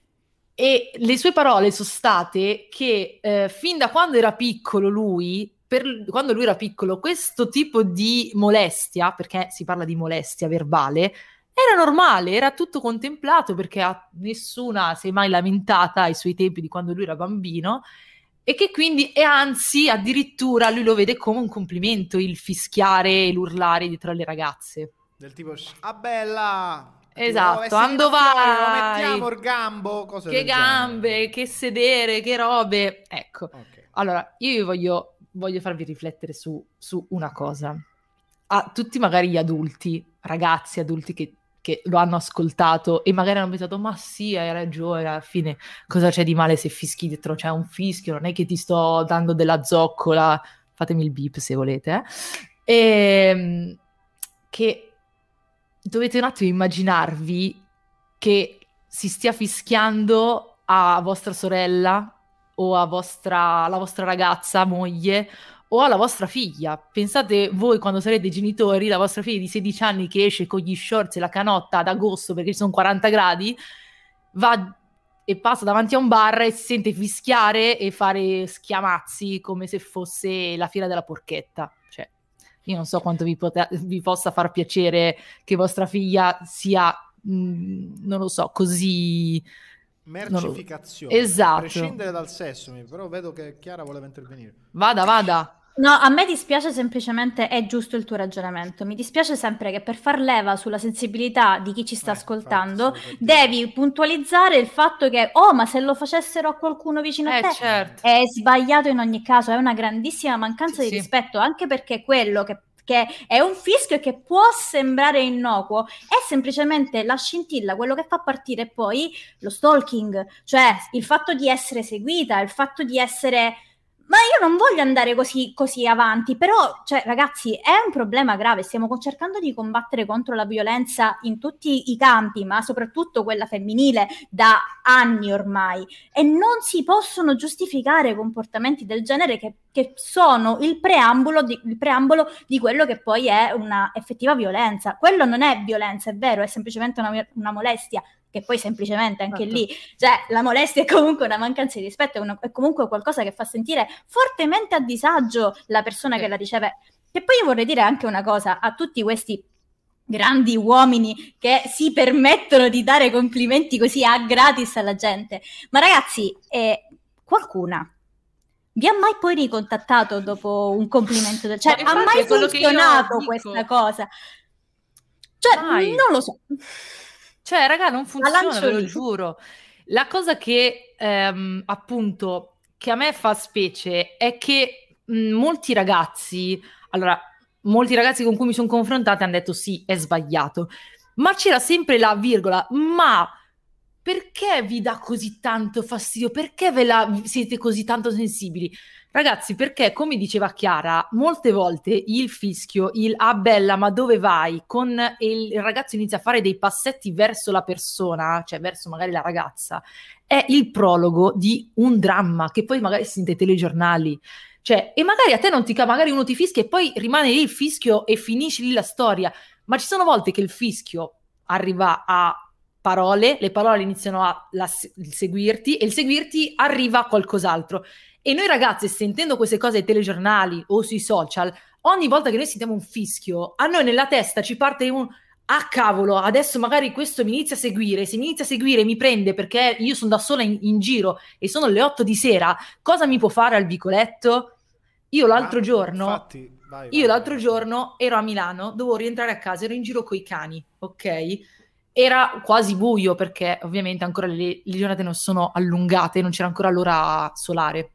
Speaker 5: E le sue parole sono state che eh, fin da quando era piccolo lui, per, quando lui era piccolo, questo tipo di molestia, perché si parla di molestia verbale, era normale, era tutto contemplato perché a nessuna si è mai lamentata ai suoi tempi di quando lui era bambino, e che quindi, e anzi addirittura lui lo vede come un complimento il fischiare e l'urlare dietro alle ragazze.
Speaker 3: Del tipo, ah bella!
Speaker 5: Esatto,
Speaker 3: Tipo, "Oh, e sei
Speaker 5: ando
Speaker 3: da fuori,
Speaker 5: vai?
Speaker 3: Lo mettiamo il gambo, cose
Speaker 5: Che
Speaker 3: del
Speaker 5: gambe,
Speaker 3: genere.
Speaker 5: che sedere, che robe. Ecco,
Speaker 3: Ok.
Speaker 5: allora io vi voglio, voglio farvi riflettere su, su una cosa. A tutti magari gli adulti, ragazzi adulti che, che lo hanno ascoltato e magari hanno pensato, ma sì, hai ragione, alla fine cosa c'è di male se fischi dietro? C'è un fischio, non è che ti sto dando della zoccola, fatemi il beep se volete, eh. E, che dovete un attimo immaginarvi che si stia fischiando a vostra sorella o a vostra, alla vostra ragazza, moglie, o alla vostra figlia. Pensate voi quando sarete genitori, la vostra figlia di sedici anni che esce con gli shorts e la canotta ad agosto perché ci sono quaranta gradi, va e passa davanti a un bar e si sente fischiare e fare schiamazzi come se fosse la fiera della porchetta. Cioè, io non so quanto vi, pote- vi possa far piacere che vostra figlia sia, mh, non lo so, così...
Speaker 3: Mercificazione.
Speaker 5: Esatto.
Speaker 3: A prescindere dal sesso, mi- però vedo che Chiara voleva intervenire.
Speaker 5: Vada, vada.
Speaker 2: No, a me dispiace semplicemente, è giusto il tuo ragionamento, mi dispiace sempre che per far leva sulla sensibilità di chi ci sta
Speaker 3: Eh,
Speaker 2: ascoltando
Speaker 3: infatti, stavo per dire.
Speaker 2: devi puntualizzare il fatto che, oh, ma se lo facessero a qualcuno vicino a
Speaker 5: Eh,
Speaker 2: te,
Speaker 5: certo.
Speaker 2: è sbagliato in ogni caso, è una grandissima mancanza
Speaker 5: Sì,
Speaker 2: di
Speaker 5: sì.
Speaker 2: rispetto, anche perché quello che, che è un fischio che può sembrare innocuo, è semplicemente la scintilla, quello che fa partire poi lo stalking, cioè il fatto di essere seguita, il fatto di essere... Ma io non voglio andare così, così avanti, però, cioè, ragazzi, è un problema grave. Stiamo cercando di combattere contro la violenza in tutti i campi, ma soprattutto quella femminile, da anni ormai. E non si possono giustificare comportamenti del genere che, che sono il preambolo, di, il preambolo di quello che poi è una effettiva violenza. Quello non è violenza, è vero, è semplicemente una, una molestia. Che poi semplicemente anche
Speaker 5: Certo.
Speaker 2: lì, cioè la molestia è comunque una mancanza di rispetto, è, una, è comunque qualcosa che fa sentire fortemente a disagio la persona
Speaker 5: Sì.
Speaker 2: che la riceve. E poi io vorrei dire anche una cosa a tutti questi grandi uomini che si permettono di dare complimenti così a gratis alla gente. Ma ragazzi, eh, qualcuna vi ha mai poi ricontattato dopo un complimento del... Cioè,
Speaker 5: Ma
Speaker 2: ha
Speaker 5: infatti
Speaker 2: mai
Speaker 5: è quello che io
Speaker 2: funzionato
Speaker 5: dico.
Speaker 2: questa cosa? Cioè,
Speaker 5: Mai.
Speaker 2: non lo so.
Speaker 5: Cioè, raga, non funziona,
Speaker 2: lancio
Speaker 5: ve lo
Speaker 2: lì.
Speaker 5: giuro. La cosa che, ehm, appunto, che a me fa specie è che mh, molti ragazzi, allora, molti ragazzi con cui mi sono confrontata hanno detto sì, è sbagliato, ma c'era sempre la virgola, ma perché vi dà così tanto fastidio? Perché ve la, siete così tanto sensibili? Ragazzi, perché come diceva Chiara, molte volte il fischio, il ah bella ma dove vai? Con il ragazzo inizia a fare dei passetti verso la persona, cioè verso magari la ragazza, è il prologo di un dramma che poi magari si sente ai telegiornali. Cioè, e magari a te non ti ca- magari uno ti fischia e poi rimane lì il fischio e finisce lì la storia. Ma ci sono volte che il fischio arriva a parole, le parole iniziano a la, il seguirti e il seguirti arriva a qualcos'altro. E noi ragazzi, sentendo queste cose ai telegiornali o sui social, ogni volta che noi sentiamo un fischio, a noi nella testa ci parte un ah cavolo, adesso magari questo mi inizia a seguire, se mi inizia a seguire mi prende perché io sono da sola in, in giro e sono le otto di sera, cosa mi può fare al vicoletto? Io l'altro
Speaker 3: Ma,
Speaker 5: giorno,
Speaker 3: infatti, vai,
Speaker 5: io
Speaker 3: vai,
Speaker 5: l'altro
Speaker 3: vai.
Speaker 5: giorno ero a Milano, dovevo rientrare a casa, ero in giro coi cani, ok? Era quasi buio perché ovviamente ancora le, le giornate non sono allungate, non c'era ancora l'ora solare.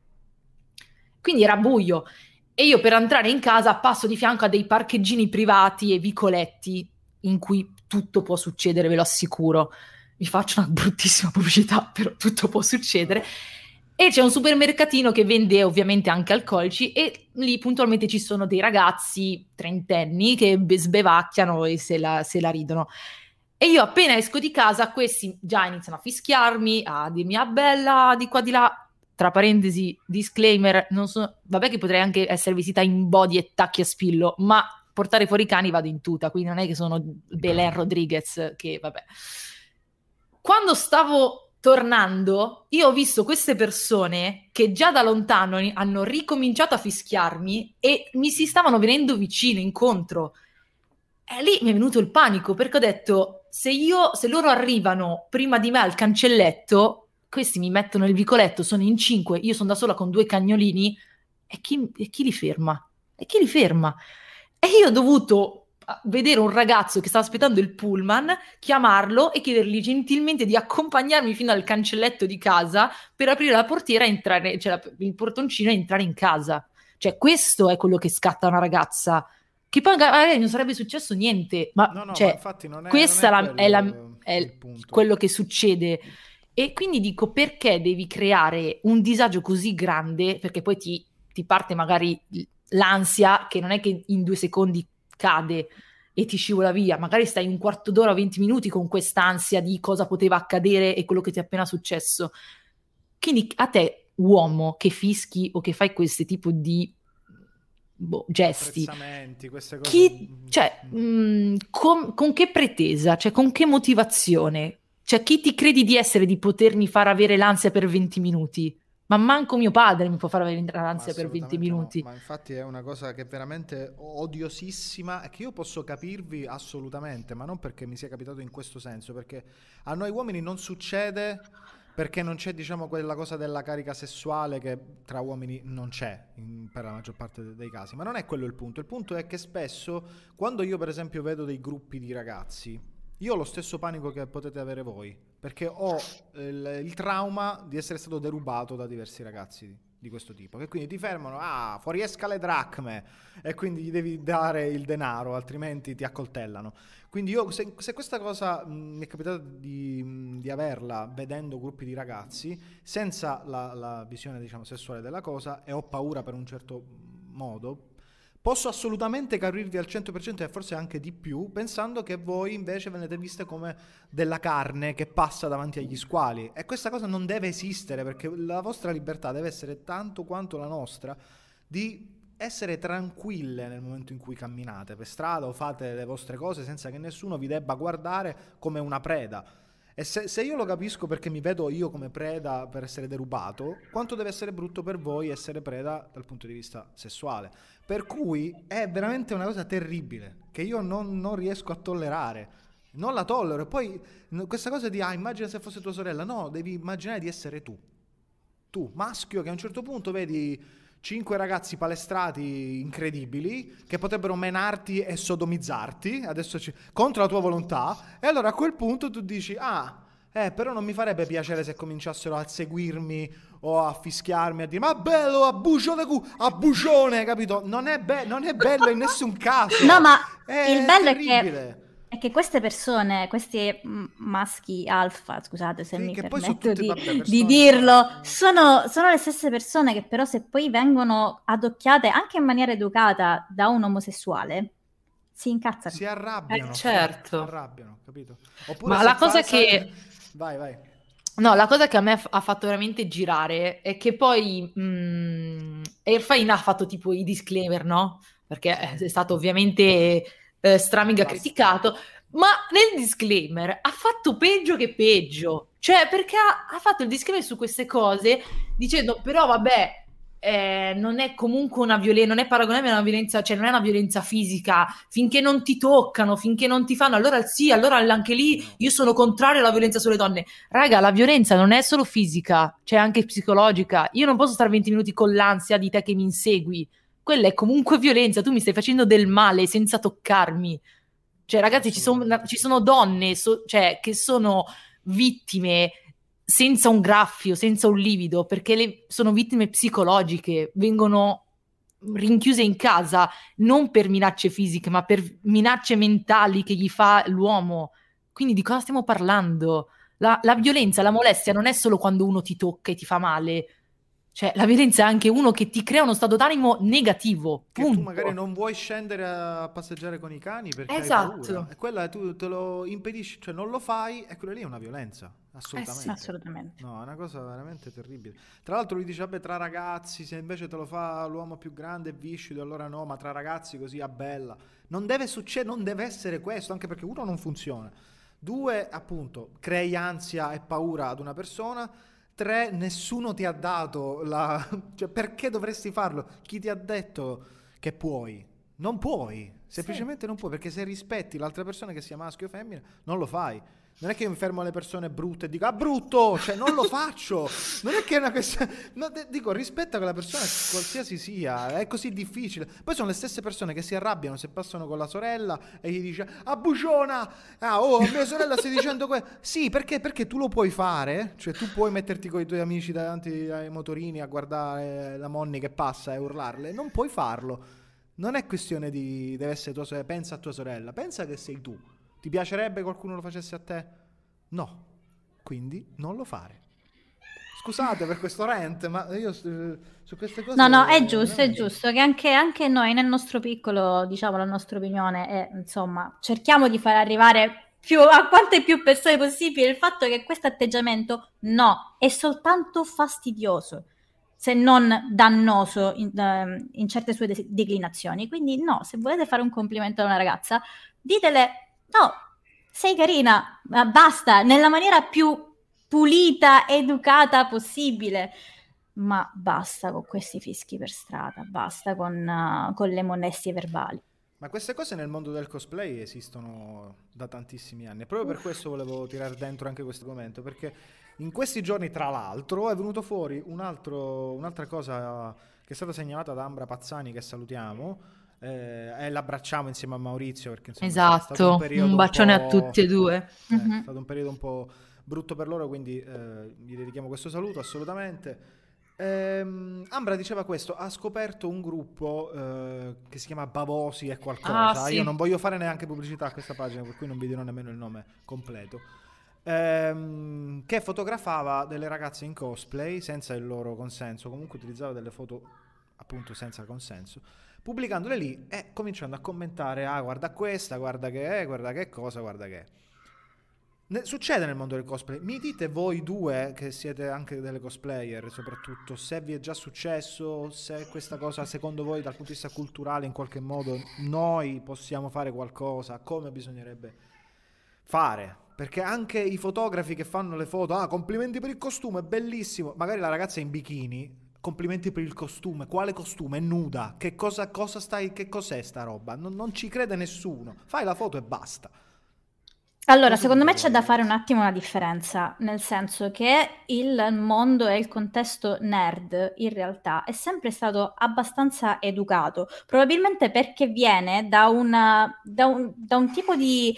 Speaker 5: Quindi era buio e io per entrare in casa passo di fianco a dei parcheggini privati e vicoletti in cui tutto può succedere, ve lo assicuro. Vi faccio una bruttissima pubblicità, però tutto può succedere. E c'è un supermercatino che vende ovviamente anche alcolici e lì puntualmente ci sono dei ragazzi trentenni che sbevacchiano e se la, se la ridono. E io appena esco di casa, questi già iniziano a fischiarmi, a dirmi ah bella, di qua di là. Tra parentesi, disclaimer, non so, vabbè che potrei anche essere vestita in body e tacchi a spillo, ma portare fuori i cani vado in tuta, quindi non è che sono Belen Rodriguez, che vabbè. Quando stavo tornando, io ho visto queste persone che già da lontano hanno ricominciato a fischiarmi e mi si stavano venendo vicino, incontro. E lì mi è venuto il panico, perché ho detto, se io, se loro arrivano prima di me al cancelletto, questi mi mettono il vicoletto, sono in cinque, io sono da sola con due cagnolini, e chi, e chi li ferma? E chi li ferma? E io ho dovuto vedere un ragazzo che stava aspettando il pullman, chiamarlo e chiedergli gentilmente di accompagnarmi fino al cancelletto di casa per aprire la portiera e entrare, cioè la, il portoncino e entrare in casa. Cioè questo è quello che scatta una ragazza, che poi magari non sarebbe successo niente, ma,
Speaker 3: No, no,
Speaker 5: cioè,
Speaker 3: ma infatti non è,
Speaker 5: questa
Speaker 3: non è,
Speaker 5: è, la,
Speaker 3: quello
Speaker 5: è,
Speaker 3: il
Speaker 5: è
Speaker 3: punto.
Speaker 5: quello che succede. E quindi dico, perché devi creare un disagio così grande? Perché poi ti, ti parte magari l'ansia, che non è che in due secondi cade e ti scivola via, magari stai un quarto d'ora o venti minuti con quest'ansia di cosa poteva accadere e quello che ti è appena successo. Quindi a te, uomo, che fischi o che fai questo tipo di boh, gesti,
Speaker 3: queste cose.
Speaker 5: Chi, cioè, mh, con, con che pretesa, cioè con che motivazione? Cioè, chi ti credi di essere di potermi far avere l'ansia per venti minuti? Ma manco mio padre mi può far avere l'ansia per venti minuti.
Speaker 3: No, ma infatti è una cosa che è veramente odiosissima e che io posso capirvi assolutamente, ma non perché mi sia capitato in questo senso, perché a noi uomini non succede, perché non c'è, diciamo, quella cosa della carica sessuale che tra uomini non c'è in, per la maggior parte dei casi, ma non è quello il punto. Il punto è che spesso, quando io per esempio vedo dei gruppi di ragazzi, io ho lo stesso panico che potete avere voi, perché ho il, il trauma di essere stato derubato da diversi ragazzi. di questo tipo, che quindi ti fermano, ah, fuoriesca le dracme, e quindi gli devi dare il denaro, altrimenti ti accoltellano. Quindi io, se, se questa cosa mh, mi è capitato di, mh, di averla vedendo gruppi di ragazzi, senza la, la visione, diciamo, sessuale della cosa, e ho paura per un certo modo, posso assolutamente capirvi al cento per cento e forse anche di più, pensando che voi invece venite viste come della carne che passa davanti agli squali, e questa cosa non deve esistere, perché la vostra libertà deve essere tanto quanto la nostra di essere tranquille nel momento in cui camminate per strada o fate le vostre cose senza che nessuno vi debba guardare come una preda. E se, se io lo capisco perché mi vedo io come preda per essere derubato, quanto deve essere brutto per voi essere preda dal punto di vista sessuale? Per cui è veramente una cosa terribile che io non, non riesco a tollerare, non la tollero. E poi questa cosa di ah, immagina se fosse tua sorella, no, devi immaginare di essere tu tu, maschio, che a un certo punto vedi cinque ragazzi palestrati incredibili che potrebbero menarti e sodomizzarti adesso ci... contro la tua volontà, e allora a quel punto tu dici ah, eh, però non mi farebbe piacere se cominciassero a seguirmi o a fischiarmi, a dire ma bello, a bucione, a bucione, capito? Non è, be- non è bello in nessun caso.
Speaker 2: No, ma
Speaker 3: è
Speaker 2: il bello
Speaker 3: terribile.
Speaker 2: è che è che queste persone, questi maschi alfa, scusate se
Speaker 3: sì,
Speaker 2: mi
Speaker 3: che
Speaker 2: permetto
Speaker 3: poi sono tutte,
Speaker 2: di,
Speaker 3: vabbè,
Speaker 2: di dirlo, sono, sono le stesse persone che però se poi vengono adocchiate anche in maniera educata da un omosessuale, si incazzano.
Speaker 3: Si arrabbiano.
Speaker 5: Eh, certo.
Speaker 3: Si arrabbiano, capito? Oppure
Speaker 5: ma
Speaker 3: se
Speaker 5: la cosa
Speaker 3: fa-
Speaker 5: che...
Speaker 3: Vai, vai.
Speaker 5: No, la cosa che a me f- ha fatto veramente girare è che poi mh, Erfain ha fatto tipo i disclaimer, no? Perché è stato ovviamente eh, stramiga criticato, ma nel disclaimer ha fatto peggio che peggio. Cioè, perché ha, ha fatto il disclaimer su queste cose dicendo, però vabbè, eh, non è comunque una violenza, non è paragonabile a una violenza, cioè non è una violenza fisica, finché non ti toccano, finché non ti fanno, allora sì, allora anche lì io sono contrario alla violenza sulle donne. Raga, la violenza non è solo fisica, c'è anche psicologica. Io non posso stare venti minuti con l'ansia di te che mi insegui. Quella è comunque violenza, tu mi stai facendo del male senza toccarmi. Cioè, ragazzi, ci sono, ci sono donne so, cioè, che sono vittime senza un graffio, senza un livido, perché le, sono vittime psicologiche, vengono rinchiuse in casa non per minacce fisiche, ma per minacce mentali che gli fa l'uomo. Quindi di cosa stiamo parlando? La, la violenza, la molestia non è solo quando uno ti tocca e ti fa male. Cioè, la violenza è anche uno che ti crea uno stato d'animo negativo.
Speaker 3: Che
Speaker 5: punto.
Speaker 3: tu magari non vuoi scendere a passeggiare con i cani perché
Speaker 5: esatto.
Speaker 3: hai paura. E quella tu te lo impedisci, cioè non lo fai, e quella lì è una violenza. Assolutamente.
Speaker 2: Eh sì, assolutamente.
Speaker 3: No, è una cosa veramente terribile. Tra l'altro lui dice, vabbè, tra ragazzi, se invece te lo fa l'uomo più grande e viscido, allora no, ma tra ragazzi così a bella. Non deve succedere, non deve essere questo, anche perché uno non funziona. Due, appunto, crei ansia e paura ad una persona. Tre, nessuno ti ha dato la... cioè, perché dovresti farlo? Chi ti ha detto che puoi? Non puoi, semplicemente sì. Non puoi, perché se rispetti l'altra persona, che sia maschio o femmina, non lo fai. Non è che io mi fermo alle persone brutte e dico, ah, brutto, cioè non lo faccio. Non è che è una questione, no, dico, rispetta quella persona qualsiasi sia, è così difficile. Poi sono le stesse persone che si arrabbiano se passano con la sorella e gli dice, ah, buciona, ah, oh, mia sorella stai dicendo questo. Sì, perché? Perché tu lo puoi fare, cioè tu puoi metterti con i tuoi amici davanti ai motorini a guardare la Monni che passa e urlarle, non puoi farlo. Non è questione di deve essere tua sorella, pensa a tua sorella, pensa che sei tu. Ti piacerebbe che qualcuno lo facesse a te? No, quindi non lo fare. Scusate per questo rant, ma io su, su queste cose...
Speaker 2: No, no, è giusto, è giusto, che anche, anche noi nel nostro piccolo, diciamo, la nostra opinione è, insomma, cerchiamo di far arrivare più, a quante più persone possibile il fatto che questo atteggiamento, no, è soltanto fastidioso, se non dannoso in, in certe sue declinazioni. Quindi no, se volete fare un complimento a una ragazza, ditele... No, sei carina, ma basta, nella maniera più pulita, educata possibile. Ma basta con questi fischi per strada, basta con, uh, con le molestie verbali.
Speaker 3: Ma queste cose nel mondo del cosplay esistono da tantissimi anni. Proprio per questo volevo tirare dentro anche questo argomento, perché in questi giorni, tra l'altro, è venuto fuori un altro, un'altra cosa che è stata segnalata da Ambra Pazzani, che salutiamo, Eh, e l'abbracciamo insieme a Maurizio, perché insomma,
Speaker 5: esatto,
Speaker 3: è stato un, periodo
Speaker 5: un bacione
Speaker 3: un
Speaker 5: a tutti e due.
Speaker 3: eh,
Speaker 2: Mm-hmm.
Speaker 3: è stato un periodo un po' brutto per loro, quindi eh, gli dedichiamo questo saluto assolutamente. Ehm, Ambra diceva questo, ha scoperto un gruppo eh, che si chiama Bavosi e qualcosa.
Speaker 5: Ah, sì.
Speaker 3: Io non voglio fare neanche pubblicità a questa pagina, per cui non vi dirò nemmeno il nome completo. Ehm, che fotografava delle ragazze in cosplay senza il loro consenso, comunque utilizzava delle foto appunto senza consenso, pubblicandole lì e cominciando a commentare: ah, guarda questa, guarda che è, guarda che cosa, guarda che è. Ne- succede nel mondo del cosplay. Mi dite voi due che siete anche delle cosplayer, soprattutto, se vi è già successo, se questa cosa secondo voi dal punto di vista culturale in qualche modo noi possiamo fare qualcosa, come bisognerebbe fare, perché anche i fotografi che fanno le foto, ah, complimenti per il costume, bellissimo, magari la ragazza è in bikini, complimenti per il costume, quale costume? È nuda, che cosa, cosa stai, che cos'è sta roba? Non, non ci crede nessuno, fai la foto e basta.
Speaker 2: Allora,
Speaker 3: Cosa
Speaker 2: secondo me
Speaker 3: dite
Speaker 2: c'è da
Speaker 3: voi?
Speaker 2: fare un attimo una differenza, nel senso che il mondo e il contesto nerd in realtà è sempre stato abbastanza educato, probabilmente perché viene da, una, da, un, da un tipo di,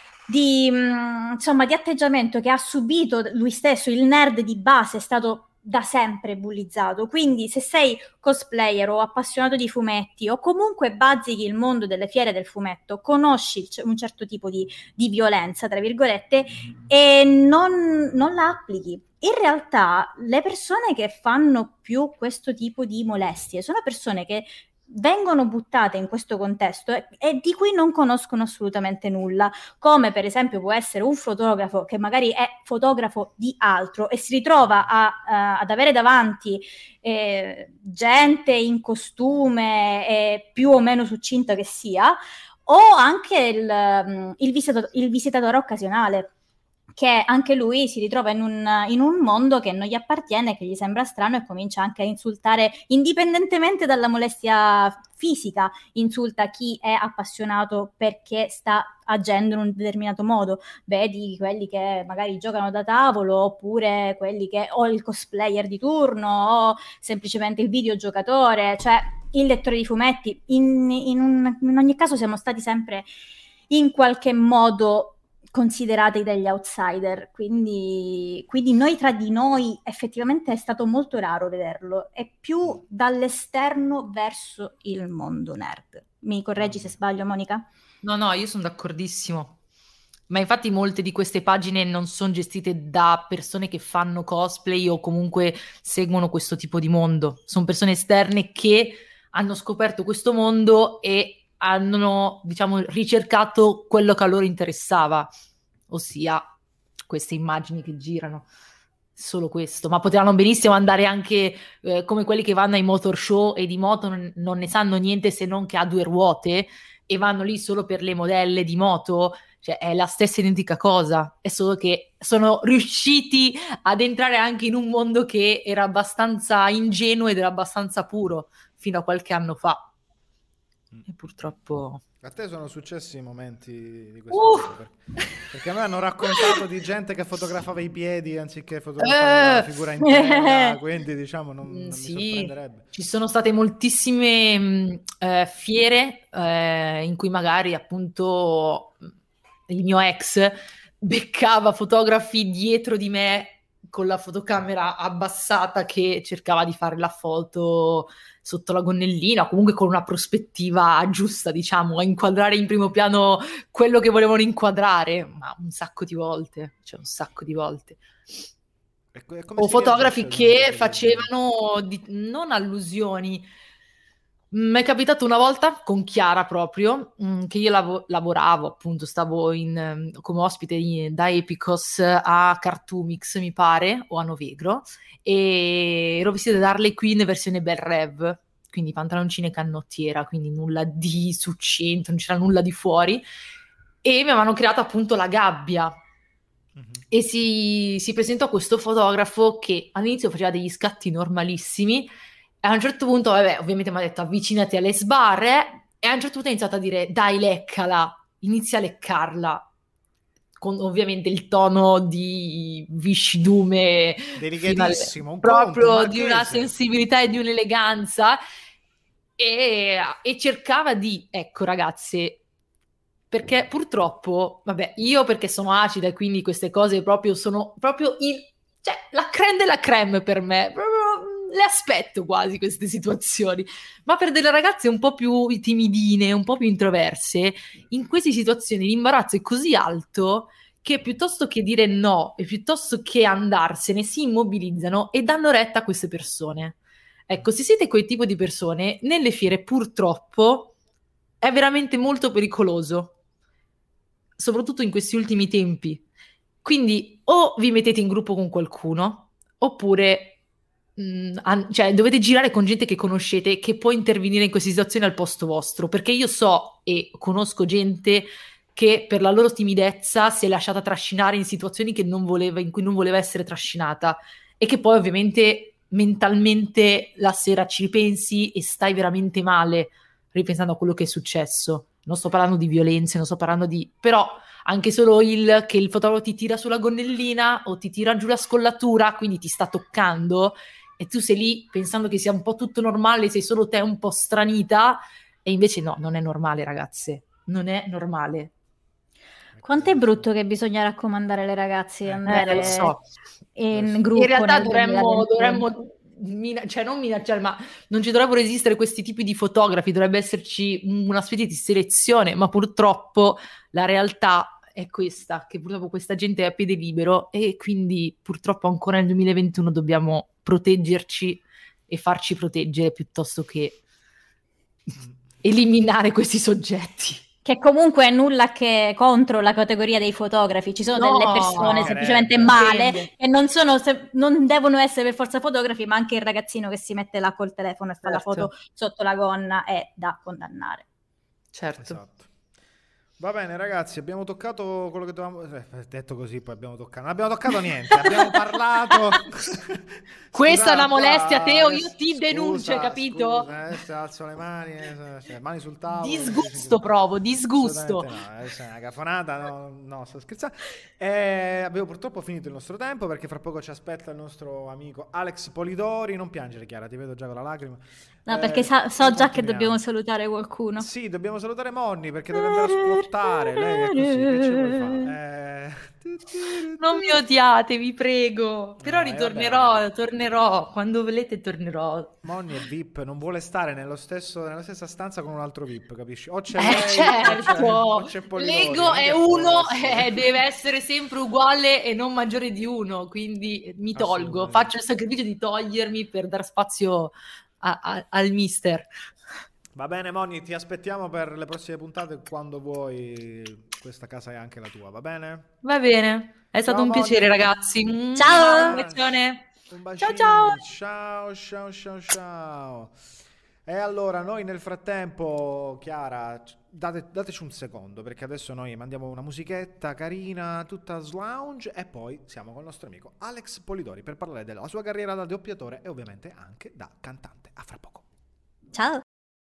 Speaker 2: di, mh, insomma, di atteggiamento che ha subito lui stesso. Il nerd di base è stato da sempre bullizzato, quindi se sei cosplayer o appassionato di fumetti o comunque bazzichi il mondo delle fiere del fumetto, conosci un certo tipo di, di violenza, tra virgolette, e non, non la applichi. In realtà le persone che fanno più questo tipo di molestie sono persone che vengono buttate in questo contesto e, e di cui non conoscono assolutamente nulla, come per esempio può essere un fotografo che magari è fotografo di altro e si ritrova a, a, ad avere davanti eh, gente in costume, eh, più o meno succinta che sia, o anche il, il, visitato, il visitatore occasionale, che anche lui si ritrova in un, in un mondo che non gli appartiene, che gli sembra strano e comincia anche a insultare, indipendentemente dalla molestia fisica, insulta chi è appassionato perché sta agendo in un determinato modo. Vedi quelli che magari giocano da tavolo, oppure quelli che o il cosplayer di turno o semplicemente il videogiocatore, cioè il lettore di fumetti. In, in, un, in ogni caso siamo stati sempre in qualche modo considerati degli outsider, quindi, quindi noi tra di noi effettivamente è stato molto raro vederlo, è più dall'esterno verso il mondo nerd. Mi correggi se sbaglio, Monica?
Speaker 5: No, no, io sono d'accordissimo. Ma infatti molte di queste pagine non sono gestite da persone che fanno cosplay o comunque seguono questo tipo di mondo. Sono persone esterne che hanno scoperto questo mondo e hanno, diciamo, ricercato quello che a loro interessava, ossia queste immagini che girano. Solo questo. Ma potevano benissimo andare anche eh, come quelli che vanno ai motor show e di moto non, non ne sanno niente se non che ha due ruote e vanno lì solo per le modelle di moto. Cioè è la stessa identica cosa, è solo che sono riusciti ad entrare anche in un mondo che era abbastanza ingenuo ed era abbastanza puro fino a qualche anno fa. E purtroppo...
Speaker 3: A te sono successi momenti di questo
Speaker 5: Uh!
Speaker 3: tipo? Perché, perché a me hanno raccontato di gente che fotografava i piedi anziché fotografare la figura intera, quindi diciamo non, non
Speaker 5: sì,
Speaker 3: mi sorprenderebbe.
Speaker 5: ci sono state moltissime mh, eh, fiere eh, in cui magari appunto il mio ex beccava fotografi dietro di me con la fotocamera abbassata che cercava di fare la foto sotto la gonnellina, comunque con una prospettiva giusta, diciamo, a inquadrare in primo piano quello che volevano inquadrare, ma un sacco di volte, cioè un sacco di volte.
Speaker 3: E co- e come
Speaker 5: O
Speaker 3: si
Speaker 5: fotografi
Speaker 3: reagisce
Speaker 5: che
Speaker 3: davanti a
Speaker 5: facevano di- non allusioni. Mi è capitato una volta con Chiara proprio, mh, che io lavo- lavoravo, appunto, stavo in, ehm, come ospite di- da Epicos a Cartoomix, mi pare, o a Novegro, e ero vestita da Harley Quinn versione Bel Rev, quindi pantaloncini e canottiera, quindi nulla di succinto, non c'era nulla di fuori, e mi avevano creato appunto la gabbia.
Speaker 3: Mhm.
Speaker 5: E si, si presentò questo fotografo che all'inizio faceva degli scatti normalissimi e a un certo punto, vabbè, ovviamente mi ha detto avvicinati alle sbarre e a un certo punto ha iniziato a dire dai, leccala, inizia a leccarla, con ovviamente il tono di viscidume
Speaker 3: Delicatissimo, un
Speaker 5: proprio
Speaker 3: conto, un
Speaker 5: di una
Speaker 3: marchese.
Speaker 5: sensibilità e di un'eleganza e, e cercava di, ecco ragazze, perché purtroppo, vabbè, io perché sono acida e quindi queste cose proprio sono proprio il, cioè la crème della crème per me, proprio le aspetto quasi queste situazioni, ma per delle ragazze un po' più timidine, un po' più introverse, in queste situazioni l'imbarazzo è così alto che piuttosto che dire no e piuttosto che andarsene si immobilizzano e danno retta a queste persone. Ecco, se siete quel tipo di persone, nelle fiere purtroppo è veramente molto pericoloso, soprattutto in questi ultimi tempi. Quindi o vi mettete in gruppo con qualcuno, oppure mh, an- cioè, dovete girare con gente che conoscete, che può intervenire in queste situazioni al posto vostro, perché io so e conosco gente che per la loro timidezza si è lasciata trascinare in situazioni che non voleva, in cui non voleva essere trascinata, e che poi ovviamente mentalmente la sera ci ripensi e stai veramente male ripensando a quello che è successo. Non sto parlando di violenze, non sto parlando di... però anche solo il che il fotografo ti tira sulla gonnellina o ti tira giù la scollatura, quindi ti sta toccando e tu sei lì pensando che sia un po' tutto normale, sei solo te un po' stranita, e invece no, non è normale, ragazze, non è normale.
Speaker 2: Quanto è brutto che bisogna raccomandare alle ragazze di
Speaker 3: Eh,
Speaker 2: andare
Speaker 5: Eh, lo so.
Speaker 2: in gruppo.
Speaker 5: In realtà
Speaker 2: nel
Speaker 5: dovremmo,
Speaker 2: duemilaventuno.
Speaker 5: dovremmo mina- cioè non minacciare, ma non ci dovrebbero esistere questi tipi di fotografi, dovrebbe esserci una specie di selezione, ma purtroppo la realtà è questa, che purtroppo questa gente è a piede libero e quindi purtroppo ancora nel duemilaventuno dobbiamo proteggerci e farci proteggere piuttosto che eliminare questi soggetti.
Speaker 2: Che comunque è nulla che contro la categoria dei fotografi, ci sono
Speaker 5: No,
Speaker 2: delle persone
Speaker 3: no,
Speaker 2: semplicemente
Speaker 3: credo.
Speaker 2: male
Speaker 5: Credo.
Speaker 2: e non, sono, se- non devono essere per forza fotografi, ma anche il ragazzino che si mette là col telefono e fa la
Speaker 5: Certo.
Speaker 2: foto sotto la gonna è da condannare.
Speaker 5: Certo.
Speaker 3: Esatto. Va bene ragazzi, abbiamo toccato quello che dovevamo... eh, detto così poi abbiamo toccato... Non abbiamo toccato niente, abbiamo parlato...
Speaker 5: Questa è una
Speaker 3: Scusate,
Speaker 5: molestia, Teo, io
Speaker 3: adesso-
Speaker 5: ti denuncio, hai
Speaker 3: scusa,
Speaker 5: capito?
Speaker 3: Scusa, adesso alzo le mani, eh, cioè, mani sul tavolo.
Speaker 5: Disgusto provo, disgusto.
Speaker 3: Assolutamente no, è una cafonata, no, no, sto scherzando. Eh, abbiamo purtroppo finito il nostro tempo perché fra poco ci aspetta il nostro amico Alex Polidori. Non piangere Chiara, ti vedo già con la lacrima.
Speaker 2: No,
Speaker 3: Eh,
Speaker 2: perché sa- so già che
Speaker 3: continuiamo.
Speaker 2: dobbiamo salutare qualcuno.
Speaker 3: Sì, dobbiamo salutare Monni perché deve andare a squattare. Lei è così, che ci vuoi fare? Eh...
Speaker 5: Non mi odiate, vi prego. Però
Speaker 3: No, eh,
Speaker 5: ritornerò,
Speaker 3: vabbè.
Speaker 5: tornerò. Quando volete tornerò.
Speaker 3: Monni è V I P, non vuole stare nello stesso, nella stessa stanza con un altro V I P, capisci? O c'è
Speaker 5: Eh
Speaker 3: lei, o c'è-
Speaker 5: certo,
Speaker 3: o c'è Polidori,
Speaker 5: l'ego
Speaker 3: non
Speaker 5: è
Speaker 3: che
Speaker 5: uno
Speaker 3: può essere.
Speaker 5: e deve essere sempre uguale e non maggiore di uno, quindi mi tolgo,
Speaker 3: Assolutamente.
Speaker 5: faccio il sacrificio di togliermi per dar spazio a- a- al mister.
Speaker 3: Va bene Monni, ti aspettiamo per le prossime puntate quando vuoi, questa casa è anche la tua, va bene?
Speaker 5: Va bene, è stato
Speaker 3: Ciao,
Speaker 5: un
Speaker 3: Moni.
Speaker 5: piacere ragazzi.
Speaker 2: Ciao.
Speaker 5: Un bacione.
Speaker 3: Un bacino.
Speaker 5: Ciao,
Speaker 3: Ciao, ciao, ciao, ciao. E allora noi nel frattempo, Chiara, c- date- dateci un secondo perché adesso noi mandiamo una musichetta carina, tutta slounge e poi siamo con il nostro amico Alex Polidori per parlare della sua carriera da doppiatore e ovviamente anche da cantante. A fra poco.
Speaker 2: Ciao.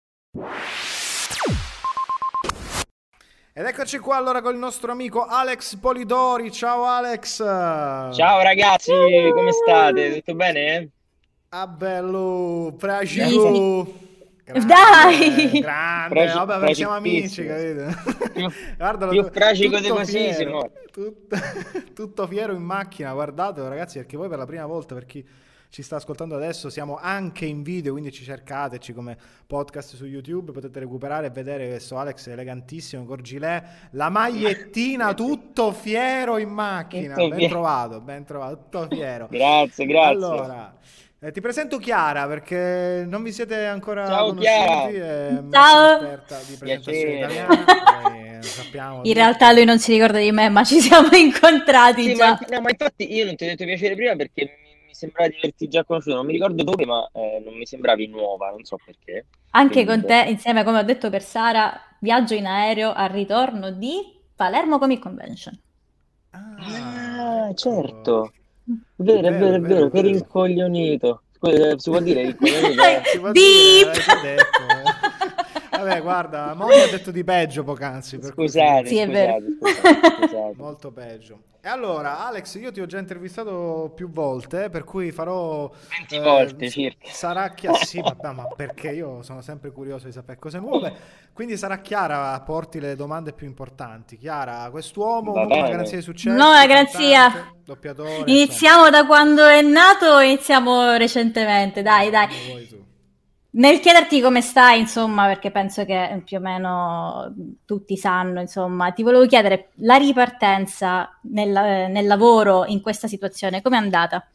Speaker 3: Ed eccoci qua allora con il nostro amico Alex Polidori. Ciao Alex.
Speaker 6: Ciao ragazzi, come state? Tutto bene?
Speaker 3: Ah bello, pragico.
Speaker 2: Dai!
Speaker 3: Grande,
Speaker 6: Pragi-
Speaker 3: vabbè, perché siamo amici,
Speaker 6: pragicissimo.
Speaker 3: capito?
Speaker 6: Più-
Speaker 3: Guardalo,
Speaker 6: più
Speaker 3: tu-
Speaker 6: pragico di
Speaker 3: tutto
Speaker 6: così,
Speaker 3: fiero,
Speaker 6: Simone.
Speaker 3: Tutto, tutto fiero in macchina, guardatelo ragazzi, perché voi per la prima volta, per chi ci sta ascoltando adesso, siamo anche in video, quindi ci cercateci come podcast su YouTube, potete recuperare e vedere questo Alex elegantissimo, con gilet, la magliettina, tutto fiero in macchina,
Speaker 6: Tutto
Speaker 3: ben
Speaker 6: fiero.
Speaker 3: trovato, ben trovato, tutto fiero.
Speaker 6: Grazie, grazie.
Speaker 3: Allora, eh, ti presento Chiara perché non vi siete ancora
Speaker 6: Ciao,
Speaker 3: conosciuti.
Speaker 6: Chiara.
Speaker 3: È
Speaker 2: Ciao.
Speaker 3: esperta di presentazione
Speaker 6: Piacere.
Speaker 3: italiana. eh, sappiamo
Speaker 2: In
Speaker 3: di-
Speaker 2: realtà lui non si ricorda di me, ma ci siamo incontrati
Speaker 6: Sì,
Speaker 2: già.
Speaker 6: ma, no, ma infatti io non ti ho detto piacere prima perché mi, mi sembrava di averti già conosciuto, non mi ricordo dove, ma eh, non mi sembravi nuova, non so perché.
Speaker 2: Anche
Speaker 6: Quindi,
Speaker 2: con te, insieme, come ho detto per Sara, viaggio in aereo al ritorno di Palermo Comic Convention.
Speaker 6: Ah,
Speaker 3: ecco.
Speaker 6: certo. Vero, è vero, è vero, che rincoglionito. Scusa, si può dire rincoglionito? eh?
Speaker 3: Si può
Speaker 2: Beep!
Speaker 3: dire, l'avete detto, eh. Vabbè, Vabbè, guarda, Moni ha detto di peggio poc'anzi. Per
Speaker 6: Scusate,
Speaker 2: Sì, è vero.
Speaker 6: scusate, scusate, scusate.
Speaker 3: Molto peggio. E allora, Alex, io ti ho già intervistato più volte, per cui farò...
Speaker 6: venti
Speaker 3: eh,
Speaker 6: volte
Speaker 3: s-
Speaker 6: circa.
Speaker 3: Sarà chiaro, sì, vabbè, ma perché io sono sempre curioso di sapere cose nuove. Quindi sarà Chiara a porti le domande più importanti. Chiara, quest'uomo,
Speaker 6: Va
Speaker 3: una
Speaker 6: bene.
Speaker 3: garanzia di successo,
Speaker 2: No, una garanzia.
Speaker 3: cantante, doppiatore, insomma,
Speaker 2: Iniziamo da quando è nato o iniziamo recentemente? Dai, dai.
Speaker 3: come vuoi tu.
Speaker 2: Nel chiederti come stai, insomma, perché penso che più o meno tutti sanno, insomma, ti volevo chiedere la ripartenza nel, nel lavoro in questa situazione, com'è andata?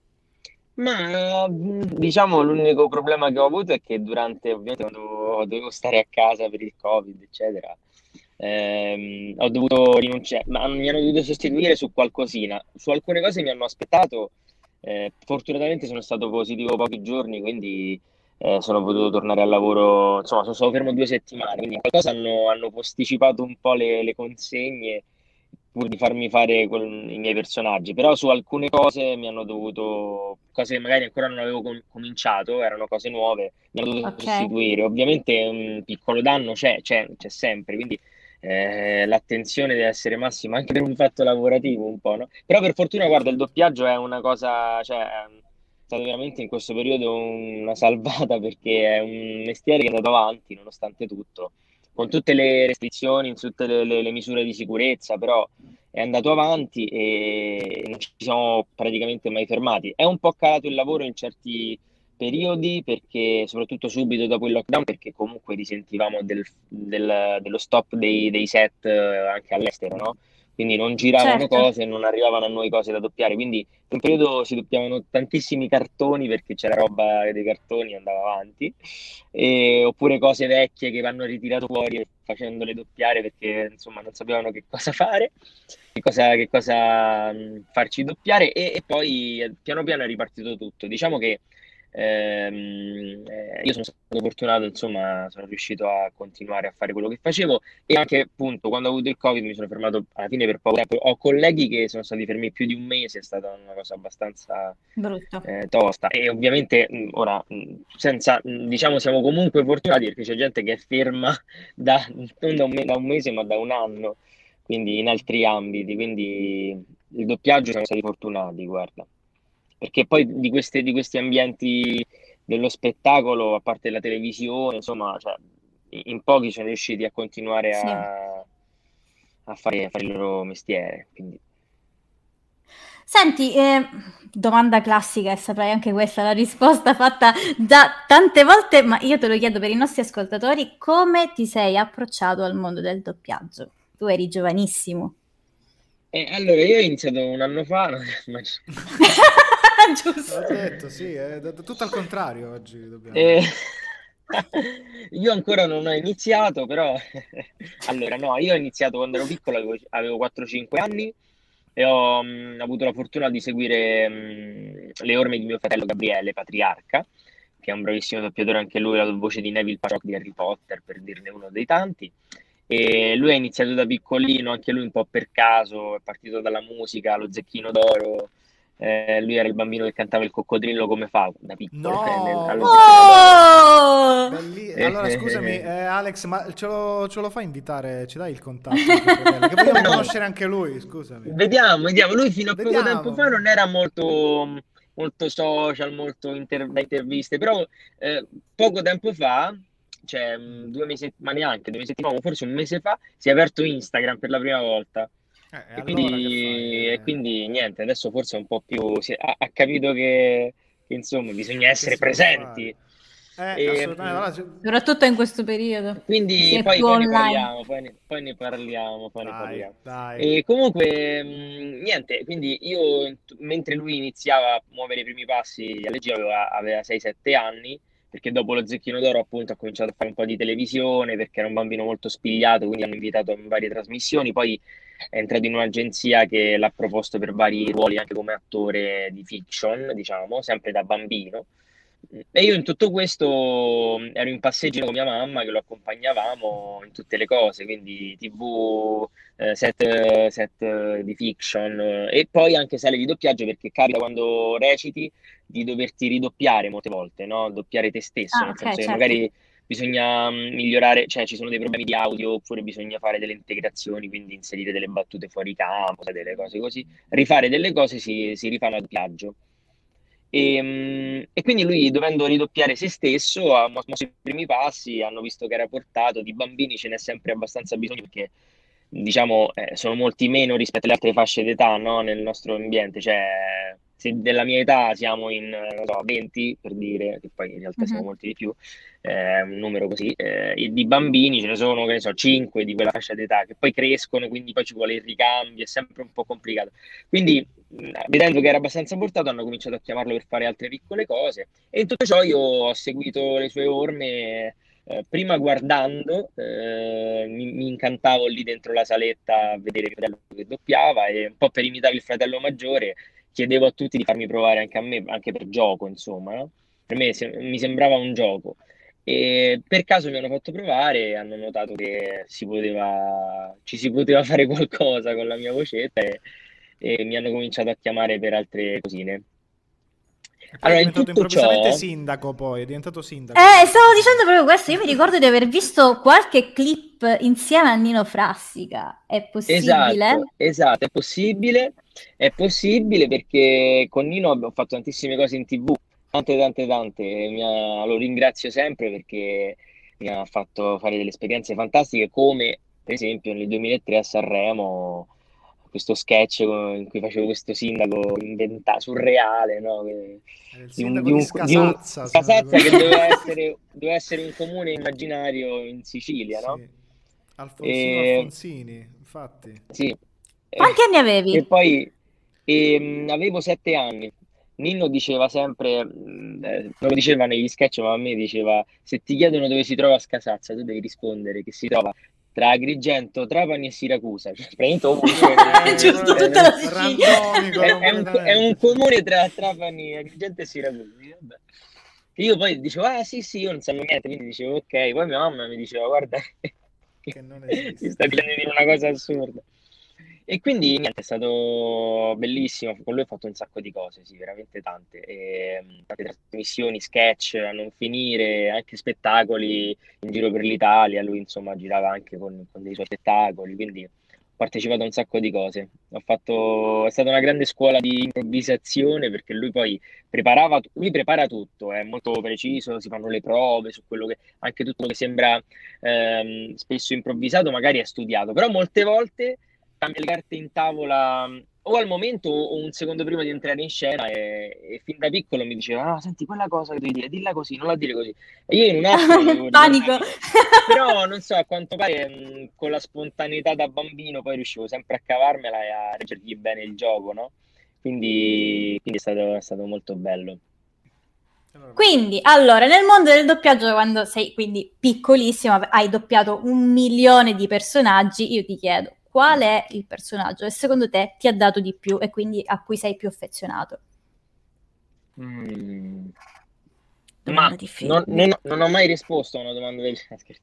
Speaker 6: Ma mh, diciamo l'unico problema che ho avuto è che durante, ovviamente, quando dovevo stare a casa per il Covid, eccetera, ehm, ho dovuto rinunciare, ma mi hanno dovuto sostituire su qualcosina. Su alcune cose mi hanno aspettato, eh, fortunatamente sono stato positivo pochi giorni, quindi eh, sono potuto tornare al lavoro, insomma, sono stato fermo due settimane, quindi in qualcosa hanno, hanno posticipato un po' le, le consegne pur di farmi fare quel- i miei personaggi, però su alcune cose mi hanno dovuto, cose che magari ancora non avevo com- cominciato, erano cose nuove, mi hanno dovuto
Speaker 2: Ok.
Speaker 6: sostituire. Ovviamente un piccolo danno c'è, c'è, c'è sempre, quindi eh, l'attenzione deve essere massima anche per un fatto lavorativo un po', no? Però per fortuna, guarda, il doppiaggio è una cosa, cioè, è stato veramente in questo periodo una salvata perché è un mestiere che è andato avanti nonostante tutto, con tutte le restrizioni, in tutte le, le- le misure di sicurezza, però è andato avanti e non ci siamo praticamente mai fermati. È un po' calato il lavoro in certi periodi, perché soprattutto subito dopo il lockdown, perché comunque risentivamo del- del- dello stop dei, dei set eh, anche all'estero, no? Quindi non giravano
Speaker 2: Certo.
Speaker 6: cose, non arrivavano a noi cose da doppiare, quindi in un periodo si doppiavano tantissimi cartoni perché c'era roba dei cartoni e andava avanti, e- oppure cose vecchie che vanno ritirate fuori facendole doppiare perché insomma non sapevano che cosa fare, che cosa, che cosa mh, farci doppiare e, e poi eh, piano piano è ripartito tutto. Diciamo che ehm, eh, io sono stato fortunato, insomma, sono riuscito a continuare a fare quello che facevo e anche appunto quando ho avuto il Covid mi sono fermato alla fine per poco tempo. Ho colleghi che sono stati fermi più di un mese, è stata una cosa abbastanza
Speaker 2: Brutto.
Speaker 6: eh, tosta e ovviamente mh, ora mh, senza mh, diciamo siamo comunque fortunati perché c'è gente che è ferma da, non da un, me- da un mese ma da un anno, quindi in altri ambiti, quindi il doppiaggio siamo stati fortunati, guarda, perché poi di, queste, di questi ambienti dello spettacolo, a parte la televisione, insomma, cioè, in in pochi sono riusciti a continuare
Speaker 2: Sì.
Speaker 6: a, a fare, a fare il loro mestiere, quindi
Speaker 2: Senti, eh, domanda classica e saprai anche questa la risposta fatta già tante volte, ma io te lo chiedo per i nostri ascoltatori, come ti sei approcciato al mondo del doppiaggio? Tu eri giovanissimo.
Speaker 6: E allora io ho iniziato un anno fa, ma-
Speaker 2: Giusto.
Speaker 3: L'ho detto, sì, è d- tutto al contrario oggi dobbiamo
Speaker 6: Eh,
Speaker 3: dire.
Speaker 6: io ancora non ho iniziato, però allora no, io ho iniziato quando ero piccolo, avevo, avevo quattro cinque anni e ho mh, avuto la fortuna di seguire mh, le orme di mio fratello Gabriele Patriarca, che è un bravissimo doppiatore anche lui, la voce di Neville Parrock di Harry Potter, per dirne uno dei tanti. E lui ha iniziato da piccolino, anche lui un po' per caso, è partito dalla musica, lo Zecchino d'Oro. Eh, lui era il bambino che cantava il coccodrillo come fa da piccolo.
Speaker 3: No,
Speaker 6: nel- allo
Speaker 3: ma-
Speaker 6: Zecchino d'Oro.
Speaker 2: Oh!
Speaker 3: Belli-
Speaker 6: Eh,
Speaker 3: Allora,
Speaker 6: eh,
Speaker 3: scusami,
Speaker 6: eh.
Speaker 3: eh, Alex, ma ce lo, ce lo fai invitare? Ci dai il contatto di tuo fratello? Che vogliamo
Speaker 6: Come no?
Speaker 3: conoscere anche lui, scusami.
Speaker 6: Vediamo, vediamo. Lui fino a poco tempo
Speaker 3: Vediamo.
Speaker 6: fa non era molto, molto social, molto inter- da interviste, però eh, poco tempo fa, cioè mh, due mesi, ma neanche due mesi fa, forse un mese fa, si è aperto Instagram per la prima volta.
Speaker 3: Eh, e
Speaker 6: E
Speaker 3: allora che
Speaker 6: quindi,
Speaker 3: fai?
Speaker 6: e
Speaker 3: Eh,
Speaker 6: quindi niente, adesso forse è un po' più, si- ha, ha capito che, che, insomma bisogna
Speaker 3: che
Speaker 6: essere
Speaker 3: si può
Speaker 6: presenti.
Speaker 3: fare? Eh,
Speaker 6: E,
Speaker 3: assolutamente.
Speaker 6: mh,
Speaker 3: Allora, se-
Speaker 2: Soprattutto in questo periodo. Si
Speaker 6: quindi
Speaker 2: è
Speaker 6: poi,
Speaker 2: più
Speaker 6: poi ne
Speaker 2: online.
Speaker 6: parliamo, poi ne, poi ne parliamo, poi ne
Speaker 3: Dai,
Speaker 6: parliamo.
Speaker 3: dai.
Speaker 6: E comunque, mh, niente, quindi io, mentre lui iniziava a muovere i primi passi alla regia, aveva, aveva sei sette anni, perché dopo lo Zecchino d'Oro appunto ha cominciato a fare un po' di televisione, perché era un bambino molto spigliato, quindi hanno invitato in varie trasmissioni, poi è entrato in un'agenzia che l'ha proposto per vari ruoli anche come attore di fiction, diciamo, sempre da bambino. E io in tutto questo mh, ero in passeggino con mia mamma che lo accompagnavamo in tutte le cose, quindi T V, eh, set, set eh, di fiction eh, e poi anche sale di doppiaggio perché capita quando reciti di doverti ridoppiare molte volte, no? Doppiare te stesso,
Speaker 2: Ah,
Speaker 6: nel
Speaker 2: ok,
Speaker 6: senso che
Speaker 2: certo.
Speaker 6: magari bisogna mm, migliorare, cioè ci sono dei problemi di audio, oppure bisogna fare delle integrazioni, quindi inserire delle battute fuori campo, sai, delle cose così, rifare delle cose si, si rifanno a doppiaggio. E, mm, e quindi lui, dovendo ridoppiare se stesso, ha mo- mosso i primi passi, hanno visto che era portato, di bambini ce n'è sempre abbastanza bisogno perché diciamo eh, sono molti meno rispetto alle altre fasce d'età, no, nel nostro ambiente, cioè se della mia età siamo in eh, non so, venti per dire, che poi in realtà siamo
Speaker 2: Mhm.
Speaker 6: molti di più, eh, un numero così, eh, e di bambini ce ne sono, che ne so, cinque di quella fascia d'età, che poi crescono, quindi poi ci vuole il ricambio, è sempre un po' complicato. Quindi, mh, vedendo che era abbastanza portato, hanno cominciato a chiamarlo per fare altre piccole cose, e in tutto ciò io ho seguito le sue orme. Eh, prima guardando, eh, mi, mi incantavo lì dentro la saletta a vedere il fratello che doppiava, e un po' per imitare il fratello maggiore chiedevo a tutti di farmi provare anche a me, anche per gioco, insomma, no? Per me se- mi sembrava un gioco. E per caso mi hanno fatto provare e hanno notato che si poteva, ci si poteva fare qualcosa con la mia vocetta, e, e mi hanno cominciato a chiamare per altre cosine.
Speaker 3: E poi
Speaker 6: Allora,
Speaker 3: è
Speaker 6: in
Speaker 3: diventato
Speaker 6: tutto
Speaker 3: improvvisamente
Speaker 6: ciò,
Speaker 3: sindaco, poi è diventato sindaco.
Speaker 2: Eh, stavo dicendo proprio questo. Io mi ricordo di aver visto qualche clip insieme a Nino Frassica. È possibile?
Speaker 6: esatto, esatto, è possibile, è possibile perché con Nino abbiamo fatto tantissime cose in T V, tante, tante, tante. e mi ha- lo ringrazio sempre perché mi ha fatto fare delle esperienze fantastiche, come per esempio nel duemilatré a Sanremo, questo sketch in cui facevo questo sindaco inventato, surreale, no? Che-
Speaker 3: Era il
Speaker 6: Di un,
Speaker 3: sindaco
Speaker 6: di
Speaker 3: di
Speaker 6: un, di un
Speaker 3: Scasazza, se non
Speaker 6: Casazza che
Speaker 3: ricordo.
Speaker 6: doveva essere, doveva essere un comune immaginario in Sicilia, no?
Speaker 3: Sì. Alfonsino
Speaker 6: E,
Speaker 3: Alfonsini, infatti.
Speaker 6: sì,
Speaker 2: Quanti
Speaker 6: e,
Speaker 2: anni avevi?
Speaker 6: e poi ehm, avevo sette anni. Nino diceva sempre, mh, eh, non lo diceva negli sketch, ma a me diceva: se ti chiedono dove si trova Scasazza, tu devi rispondere che si trova tra Agrigento, Trapani e Siracusa. Cioè, praticamente ovunque.
Speaker 3: Eh,
Speaker 5: Giusto,
Speaker 3: proprio
Speaker 5: tutta la Sicilia.
Speaker 3: randomico
Speaker 6: È, è un, è un
Speaker 3: completamente.
Speaker 6: comune tra Trapani, Agrigento e Siracusa. Dico, vabbè. Io poi dicevo, ah sì sì, io non so niente, quindi dicevo ok. Poi mia mamma mi diceva, guarda,
Speaker 3: Che non
Speaker 6: ti
Speaker 3: esiste.
Speaker 6: sta dicendo di dire una cosa assurda. E quindi niente, è stato bellissimo. Con lui ho fatto un sacco di cose, sì, veramente tante. E, mh, tante trasmissioni, sketch a non finire, anche spettacoli in giro per l'Italia. Lui, insomma, girava anche con, con dei suoi spettacoli, quindi ho partecipato a un sacco di cose. Ho fatto, è stata una grande scuola di improvvisazione perché lui poi preparava, lui prepara tutto, è molto preciso, si fanno le prove su quello che, anche tutto quello che sembra ehm, spesso improvvisato, magari è studiato, però molte volte cambia le carte in tavola mh, o al momento o un secondo prima di entrare in scena, e, e fin da piccolo mi diceva, ah, senti quella cosa che devi dire, dilla così, non la dire così. E io in un attimo dovevo
Speaker 2: Panico.
Speaker 6: ricordare, però non so, a quanto pare mh, con la spontaneità da bambino poi riuscivo sempre a cavarmela e a reggergli bene il gioco, no? Quindi, quindi è stato, è stato molto bello.
Speaker 3: Allora,
Speaker 2: Quindi, allora, nel mondo del doppiaggio, quando sei quindi piccolissimo, hai doppiato un milione di personaggi, io ti chiedo, qual è il personaggio che secondo te ti ha dato di più e quindi a cui sei più affezionato?
Speaker 6: Mm.
Speaker 2: Domanda
Speaker 6: Ma
Speaker 2: difficile.
Speaker 6: non, non- non ho mai risposto a una domanda del genere.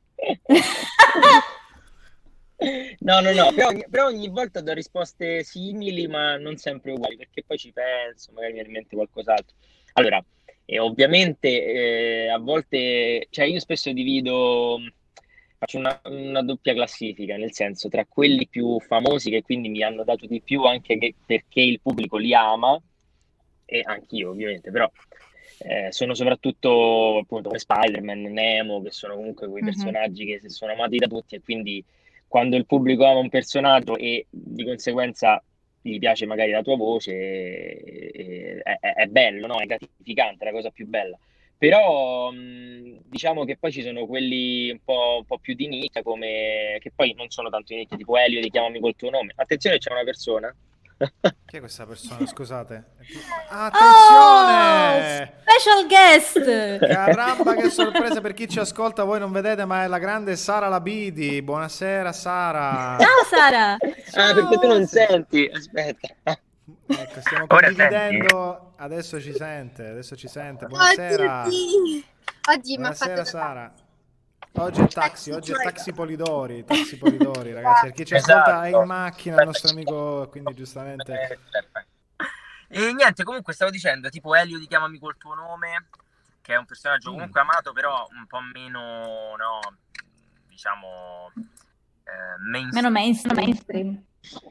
Speaker 6: No, no, no, però ogni, però ogni volta do risposte simili, ma non sempre uguali, perché poi ci penso, magari mi viene in mente qualcos'altro. Allora, e ovviamente eh, a volte, cioè io spesso divido, faccio una, una doppia classifica, nel senso tra quelli più famosi che quindi mi hanno dato di più anche che- perché il pubblico li ama, e anch'io ovviamente, però eh, sono soprattutto appunto come Spider-Man, Nemo, che sono comunque quei
Speaker 2: Mhm.
Speaker 6: personaggi che sono amati da tutti, e quindi quando il pubblico ama un personaggio e di conseguenza gli piace magari la tua voce, e- e- è, è- è bello, no? È gratificante, è la cosa più bella. Però mh, diciamo che poi ci sono quelli un po', un po' più di nicchia, come che poi non sono tanto di nicchia, tipo Elio di Chiamami col tuo nome. Attenzione, c'è una persona.
Speaker 3: chi è questa persona? Scusate.
Speaker 2: Oh,
Speaker 3: Attenzione!
Speaker 2: special guest!
Speaker 3: Caramba, che sorpresa per chi ci ascolta, voi non vedete, ma è la grande Sara Labidi. Buonasera Sara.
Speaker 2: Ciao Sara!
Speaker 6: Ah, perché tu non senti? Aspetta.
Speaker 3: Ecco, stiamo
Speaker 6: Ora
Speaker 3: condividendo. Adesso ci sente, adesso ci sente. Buonasera.
Speaker 7: Oggi, oggi mi ha
Speaker 3: Buonasera
Speaker 7: fatto
Speaker 3: Sara. Oggi è taxi, oggi è taxi Polidori, taxi Polidori, ragazzi. Per chi ci ascolta è
Speaker 6: Esatto.
Speaker 3: in macchina, il nostro amico, quindi giustamente.
Speaker 6: E niente, comunque stavo dicendo, tipo Elio di Chiamami col tuo nome, che è un personaggio
Speaker 3: Mm.
Speaker 6: comunque amato, però un po' meno, no, diciamo, eh,
Speaker 2: Meno
Speaker 6: mainstream.
Speaker 2: mainstream. mainstream.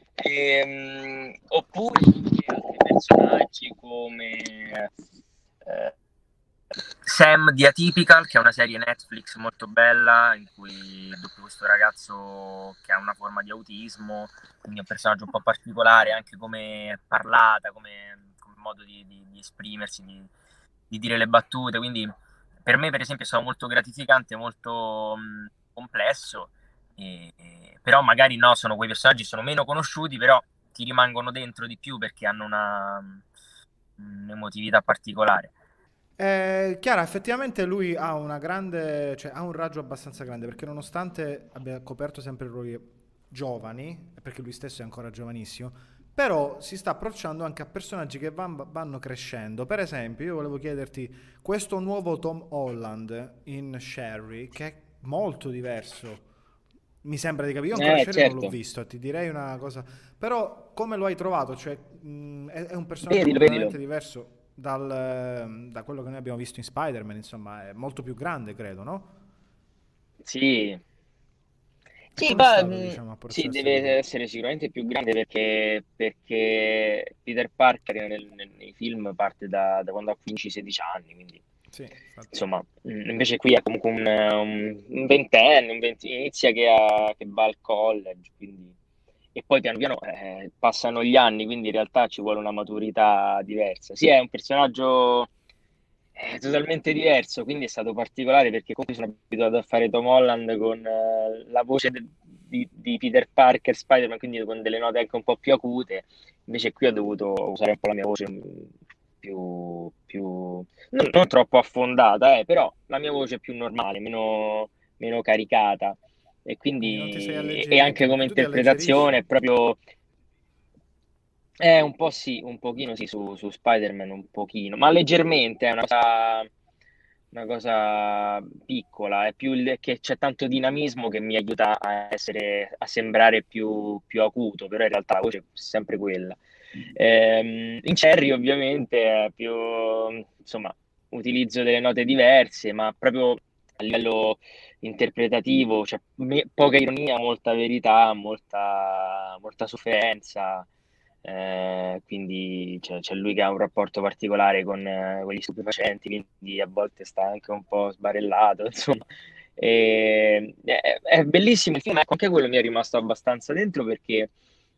Speaker 6: Ehm, oppure anche altri personaggi come eh, Sam di Atypical, che è una serie Netflix molto bella in cui dopo questo ragazzo che ha una forma di autismo, quindi è un personaggio un po' particolare anche come è parlata, come, come modo di, di, di esprimersi, di, di dire le battute, quindi per me per esempio è stato molto gratificante, molto mh, complesso, e, e- però magari no, sono quei personaggi sono meno conosciuti, però ti rimangono dentro di più perché hanno una un'emotività particolare.
Speaker 3: Eh, Chiara, effettivamente lui ha una grande, cioè ha un raggio abbastanza grande perché nonostante abbia coperto sempre ruoli giovani, perché lui stesso è ancora giovanissimo, però si sta approcciando anche a personaggi che van- vanno crescendo. Per esempio, io volevo chiederti questo nuovo Tom Holland in Sherry, che è molto diverso. Mi sembra di capire, io ancora
Speaker 6: Eh,
Speaker 3: Sherry non l'ho
Speaker 6: certo.
Speaker 3: visto, ti direi una cosa, però come lo hai trovato? Cioè, mh, è, è un personaggio
Speaker 6: Vedilo,
Speaker 3: completamente
Speaker 6: vedilo.
Speaker 3: diverso dal, ehm, da quello che noi abbiamo visto in Spider-Man, insomma, è molto più grande, credo, no?
Speaker 6: Sì.
Speaker 3: E
Speaker 6: Sì,
Speaker 3: come è
Speaker 6: ma,
Speaker 3: stato,
Speaker 6: mh,
Speaker 3: diciamo,
Speaker 6: sì,
Speaker 3: approcciarsi a
Speaker 6: deve
Speaker 3: lui?
Speaker 6: essere sicuramente più grande perché, perché Peter Parker nel- nel- nei film parte da, da quando ha quindici sedici anni, quindi
Speaker 3: Sì, infatti.
Speaker 6: insomma, mh, invece qui è comunque un, un, un ventenne, un venti, inizia che, ha- che va al college, quindi, e poi piano piano eh, passano gli anni, quindi in realtà ci vuole una maturità diversa. Sì, è un personaggio eh, totalmente diverso, quindi è stato particolare perché comunque sono abituato a fare Tom Holland con eh, la voce de- di, di Peter Parker, Spider-Man, quindi con delle note anche un po' più acute, invece qui ho dovuto usare un po' la mia voce mh, più, più non, non troppo affondata, eh, però la mia voce è più normale, meno, meno caricata. E
Speaker 3: Quindi non ti sei
Speaker 6: quindi e
Speaker 3: alleggerito,
Speaker 6: anche come
Speaker 3: perché tu ti alleggerisci.
Speaker 6: interpretazione è proprio eh, un po' sì, un pochino sì su, su Spider-Man, un pochino, ma leggermente, è una cosa, una cosa piccola, è più il- che c'è tanto dinamismo che mi aiuta a essere, a sembrare più, più acuto, però in realtà la voce è sempre quella. Ehm, in Cherry ovviamente è più, insomma, utilizzo delle note diverse, ma proprio a livello interpretativo, c'è me- poca ironia, molta verità, molta, molta sofferenza. Eh, quindi c'è, c'è lui che ha un rapporto particolare con, eh, con gli stupefacenti, quindi a volte sta anche un po' sbarellato, insomma. E, è, è bellissimo il film, ecco, anche quello mi è rimasto abbastanza dentro perché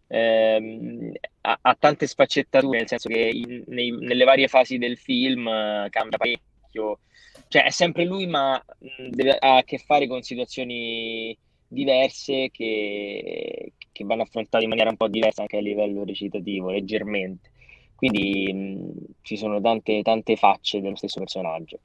Speaker 6: ehm, ha, ha tante sfaccettature, nel senso che in- nei- nelle varie fasi del film eh, cambia parecchio, cioè è sempre lui, ma mh, deve, ha a che fare con situazioni diverse che, che vanno affrontate in maniera un po' diversa anche a livello recitativo, leggermente. Quindi mh, ci sono tante, tante facce dello stesso personaggio.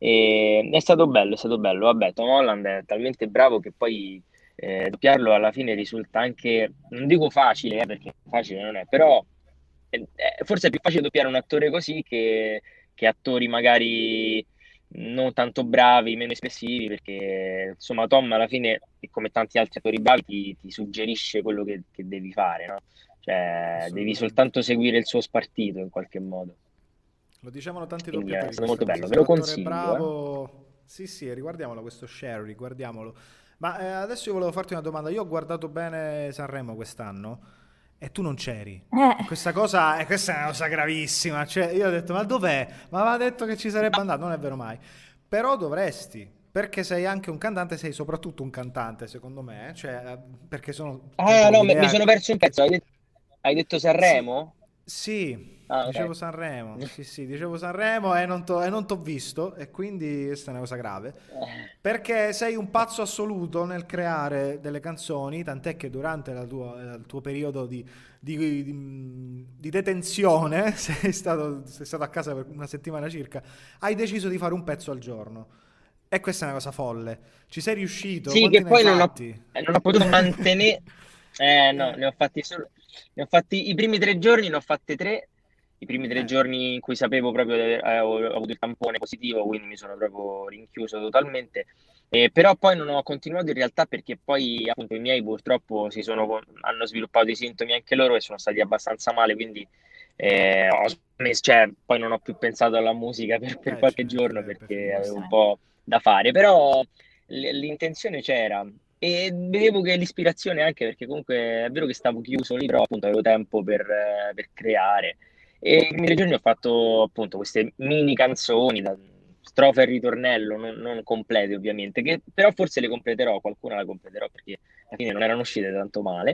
Speaker 6: E è stato bello, è stato bello. Vabbè, Tom Holland è talmente bravo che poi eh, doppiarlo alla fine risulta anche, non dico facile, eh, perché facile non è, però eh, eh, forse è più facile doppiare un attore così che, che attori magari non tanto bravi, meno espressivi, perché insomma Tom alla fine, e come tanti altri attori bravi, ti, ti suggerisce quello che, che devi fare, no? Cioè, devi
Speaker 3: Assolutamente.
Speaker 6: soltanto seguire il suo spartito in qualche modo.
Speaker 3: Lo dicevano tanti
Speaker 6: Quindi è
Speaker 3: doppiatori
Speaker 6: stato
Speaker 3: questa
Speaker 6: molto
Speaker 3: cosa.
Speaker 6: bello,
Speaker 3: Se
Speaker 6: ve lo
Speaker 3: l'attore è
Speaker 6: consiglio, eh.
Speaker 3: bravo... Sì, sì, riguardiamolo questo Sherry, guardiamolo. Ma eh, adesso io volevo farti una domanda. Io ho guardato bene Sanremo quest'anno e tu non c'eri. E
Speaker 2: Eh,
Speaker 3: questa cosa, e questa è una cosa gravissima. Cioè, io ho detto, ma dov'è? Ma aveva detto che ci sarebbe andato, non è vero mai. Però dovresti, perché sei anche un cantante, sei soprattutto un cantante, secondo me. Cioè, eh, perché sono
Speaker 6: Ah,
Speaker 3: sempre
Speaker 6: no, mi mi
Speaker 3: quell'idea...
Speaker 6: sono perso un pezzo. Hai detto, hai detto
Speaker 3: Sì,
Speaker 6: Sanremo?
Speaker 3: sì,
Speaker 6: Ah, ok.
Speaker 3: dicevo Sanremo, sì, sì, dicevo Sanremo e non t'ho e non t'ho visto e quindi questa è una cosa grave.
Speaker 6: Eh,
Speaker 3: Perché sei un pazzo assoluto nel creare delle canzoni, tant'è che durante la tua- il tuo periodo di, di- di- di detenzione, sei stato, sei stato a casa per una settimana circa, hai deciso di fare un pezzo al giorno. E questa è una cosa folle. Ci sei riuscito?
Speaker 6: Sì,
Speaker 3: Quanti
Speaker 6: che
Speaker 3: ne hai
Speaker 6: poi non ho,
Speaker 3: fatti?
Speaker 6: eh, non ho potuto mantenere. Eh no,
Speaker 3: Eh,
Speaker 6: ne ho fatti solo. Ne ho fatti i primi tre giorni, ne ho fatte tre. I primi tre
Speaker 3: eh,
Speaker 6: giorni in cui sapevo proprio di aver eh, ho, ho avuto il tampone positivo, quindi mi sono proprio rinchiuso totalmente. Eh, però poi non ho continuato in realtà perché poi appunto i miei purtroppo si sono, hanno sviluppato i sintomi anche loro e sono stati abbastanza male, quindi Eh, ho smesso, cioè, poi non ho più pensato alla musica per, per
Speaker 3: Eh,
Speaker 6: qualche
Speaker 3: certo,
Speaker 6: giorno
Speaker 3: eh, per
Speaker 6: perché
Speaker 3: figurarsi.
Speaker 6: avevo un po' da fare, però l- l'intenzione c'era e vedevo che l'ispirazione anche perché comunque è vero che stavo chiuso lì, però appunto avevo tempo per, eh, per creare e in tre giorni ho fatto appunto queste mini canzoni da strofa e ritornello, non, non complete ovviamente, che però forse le completerò, qualcuna la completerò perché alla fine non erano uscite tanto male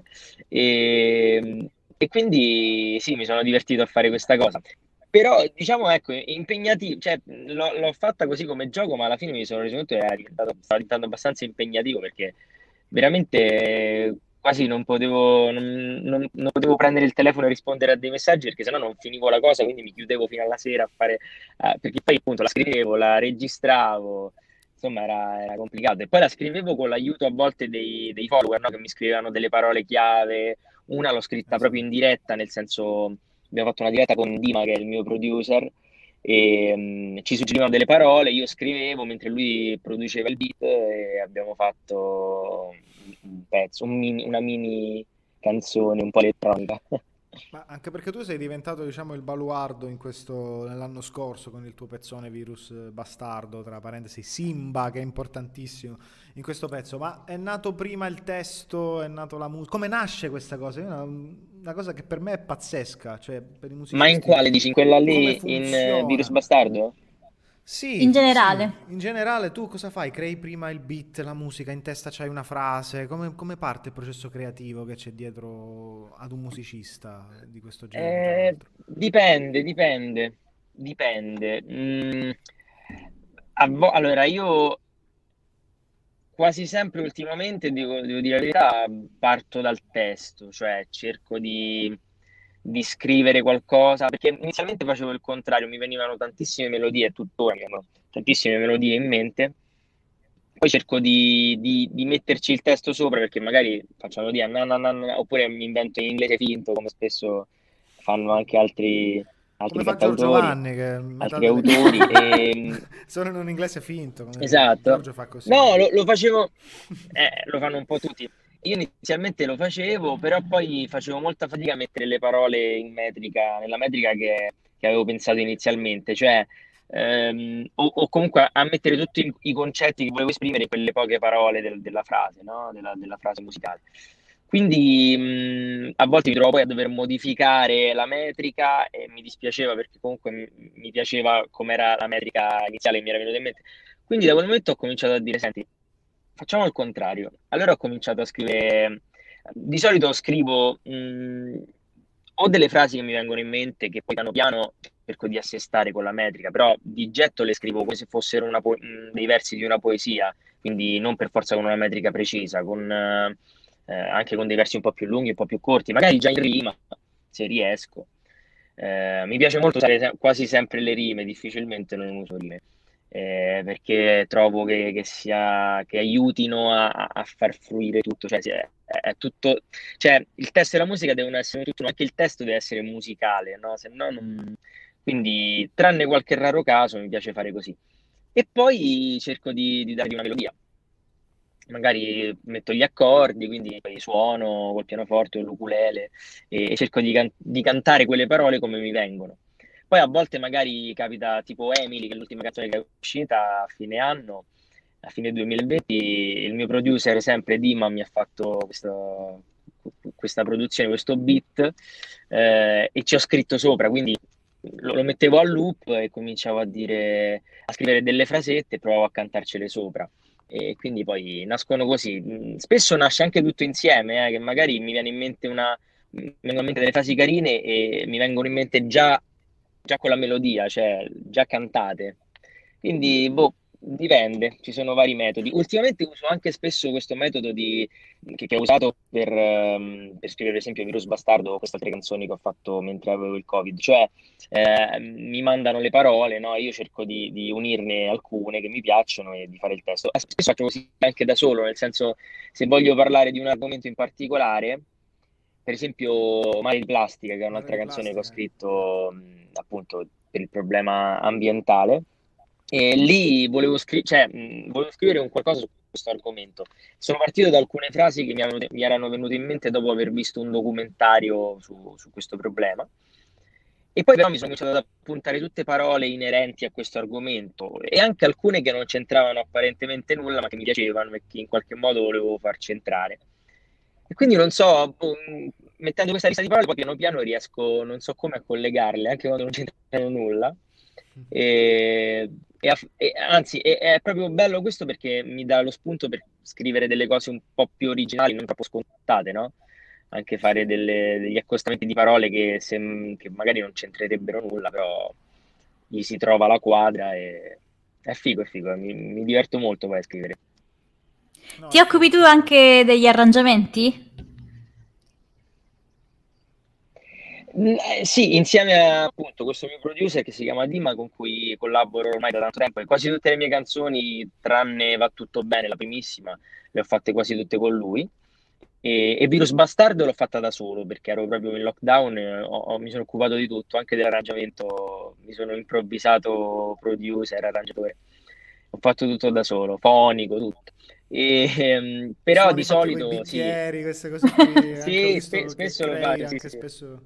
Speaker 6: e, e quindi sì, mi sono divertito a fare questa cosa. Però diciamo ecco, impegnativo, cioè l'ho, l'ho fatta così come gioco, ma alla fine mi sono reso conto che era diventato, stava diventando abbastanza impegnativo perché veramente quasi non potevo, non, non- non potevo prendere il telefono e rispondere a dei messaggi perché sennò non finivo la cosa, quindi mi chiudevo fino alla sera a fare, eh, perché poi appunto la scrivevo, la registravo, insomma era, era complicato. E poi la scrivevo con l'aiuto a volte dei, dei follower, no? Che mi scrivevano delle parole chiave, una l'ho scritta proprio in
Speaker 3: Esatto.
Speaker 6: diretta, nel senso abbiamo fatto una diretta con Dima che è il mio producer e mm, ci suggerivano delle parole, io scrivevo mentre lui produceva il beat e abbiamo fatto un un pezzo, un mini- una mini canzone un po' elettronica.
Speaker 3: Ma anche perché tu sei diventato, diciamo, il baluardo in questo, nell'anno scorso con il tuo pezzone Virus Bastardo, tra parentesi, Simba, che è importantissimo in questo pezzo. Ma è nato prima il testo, è nato la musica. Come nasce questa cosa? È una, una cosa che per me è pazzesca, cioè per i
Speaker 6: Ma in
Speaker 3: musicisti
Speaker 6: quale dici? In quella
Speaker 3: come
Speaker 6: lì, in eh, Virus
Speaker 3: funziona.
Speaker 6: Bastardo?
Speaker 2: In
Speaker 3: Sì, sì,
Speaker 2: generale.
Speaker 3: in generale tu cosa fai? Crei prima il beat, la musica, in testa c'hai una frase, come, come parte il processo creativo che c'è dietro ad un musicista di questo genere, tra
Speaker 6: Eh,
Speaker 3: l'altro?
Speaker 6: dipende, dipende, dipende. Mm, a vo- allora, io quasi sempre ultimamente, devo, devo dire la verità, parto dal testo, cioè cerco di, di scrivere qualcosa, perché inizialmente facevo il contrario, mi venivano tantissime melodie, tuttora mi vengono tantissime melodie in mente, poi cerco di, di- di metterci il testo sopra, perché magari faccio una melodia, na, na, na, na, oppure mi invento in inglese finto, come spesso fanno anche altri,
Speaker 3: Come
Speaker 6: altri
Speaker 3: fa Giorgio
Speaker 6: cantautori,
Speaker 3: Vanni, che metà
Speaker 6: altri
Speaker 3: delle
Speaker 6: autori.
Speaker 3: canzoni
Speaker 6: E,
Speaker 3: sono in un inglese finto, come dire.
Speaker 6: esatto.
Speaker 3: Giorgio fa così.
Speaker 6: No, lo, lo facevo, eh, lo fanno un po' tutti. Io inizialmente lo facevo, però poi facevo molta fatica a mettere le parole in metrica, nella metrica che, che avevo pensato inizialmente, cioè, ehm, o, o comunque a mettere tutti i, i concetti che volevo esprimere in quelle poche parole del- della frase, no? Della, della frase musicale. Quindi mh, a volte mi trovo poi a dover modificare la metrica e mi dispiaceva perché comunque mi, mi piaceva com'era la metrica iniziale che mi era venuta in mente. Quindi da quel momento ho cominciato a dire, senti, facciamo il contrario. Allora ho cominciato a scrivere, di solito scrivo mh, o delle frasi che mi vengono in mente che poi piano piano cerco di assestare con la metrica, però di getto le scrivo come se fossero una po- mh, dei versi di una poesia, quindi non per forza con una metrica precisa, con, eh, eh, anche con dei versi un po' più lunghi, un po' più corti, magari già in rima, se riesco. Eh, mi piace molto usare se- quasi sempre le rime, difficilmente non uso rime eh, perché trovo che, che sia, che aiutino a, a far fruire tutto, cioè, è, è tutto, cioè il testo e la musica devono essere tutto, anche il testo deve essere musicale, no? Se no non... Quindi, tranne qualche raro caso, mi piace fare così. E poi cerco di, di dargli una melodia. Magari metto gli accordi, quindi poi suono col pianoforte o l'ukulele e, e cerco di, can- di cantare quelle parole come mi vengono. Poi a volte magari capita tipo Emily, che è l'ultima canzone che è uscita a fine anno, a fine duemilaventi, il mio producer, sempre Dima, mi ha fatto questo- questa produzione, questo beat eh, e ci ho scritto sopra, quindi lo, lo mettevo a loop e cominciavo a dire, a scrivere delle frasette e provavo a cantarcele sopra. E quindi poi nascono così. Mm, Spesso nasce anche tutto insieme, eh, che magari mi viene in mente una, mi vengono in mente delle frasi carine e mi vengono in mente già, già con la melodia, cioè già cantate. Quindi, boh, dipende, ci sono vari metodi. Ultimamente uso anche spesso questo metodo di, che, che ho usato per, ehm, per scrivere, ad esempio, Virus Bastardo o queste altre canzoni che ho fatto mentre avevo il Covid. Cioè, eh, mi mandano le parole, no? Io cerco di, di unirne alcune che mi piacciono e di fare il testo. Ah, spesso faccio così anche da solo, nel senso, se voglio parlare di un argomento in particolare, per esempio Mare di Plastica, che è
Speaker 3: Mare
Speaker 6: un'altra
Speaker 3: di
Speaker 6: canzone che ho
Speaker 3: plastica.
Speaker 6: scritto mh, appunto per il problema ambientale, e lì volevo, scri- cioè, mh, volevo scrivere un qualcosa su questo argomento. Sono partito da alcune frasi che mi, mi erano venute in mente dopo aver visto un documentario su, su questo problema E poi però mi sono cominciato ad appuntare tutte parole inerenti a questo argomento e anche alcune che non c'entravano apparentemente nulla, ma che mi piacevano e che in qualche modo volevo far centrare. E quindi non so, boh, mh, mettendo questa lista di parole, poi piano piano riesco, non so come, a collegarle, anche quando non c'entrano nulla. E, e a- e anzi, è, è proprio bello questo perché mi dà lo spunto per scrivere delle cose un po' più originali, non troppo scontate, no? Anche fare delle- degli accostamenti di parole che, sem- che magari non c'entrerebbero nulla, però gli si trova la quadra e è figo, è figo, mi, mi diverto molto poi a scrivere.
Speaker 3: No,
Speaker 2: Ti occupi tu anche degli arrangiamenti?
Speaker 6: Mm, eh, sì, insieme a appunto questo mio producer che si chiama Dima, con cui collaboro ormai da tanto tempo, e quasi tutte le mie canzoni, tranne Va tutto bene, la primissima, le ho fatte quasi tutte con lui. E, e Virus Bastardo l'ho fatta da solo perché ero proprio in lockdown, eh, ho- ho- mi sono occupato di tutto, anche dell'arrangiamento, mi sono improvvisato producer, arrangiatore, ho fatto tutto da solo, fonico, tutto. E, ehm, però
Speaker 3: suoni
Speaker 6: di
Speaker 3: fatti con i
Speaker 6: solito sì,
Speaker 3: bicchieri, queste cose qui. Anche ho
Speaker 6: sì,
Speaker 3: visto
Speaker 6: spe-
Speaker 3: che
Speaker 6: spesso lo
Speaker 3: crei
Speaker 6: faccio, sì,
Speaker 3: anche
Speaker 6: sì, sì.
Speaker 3: spesso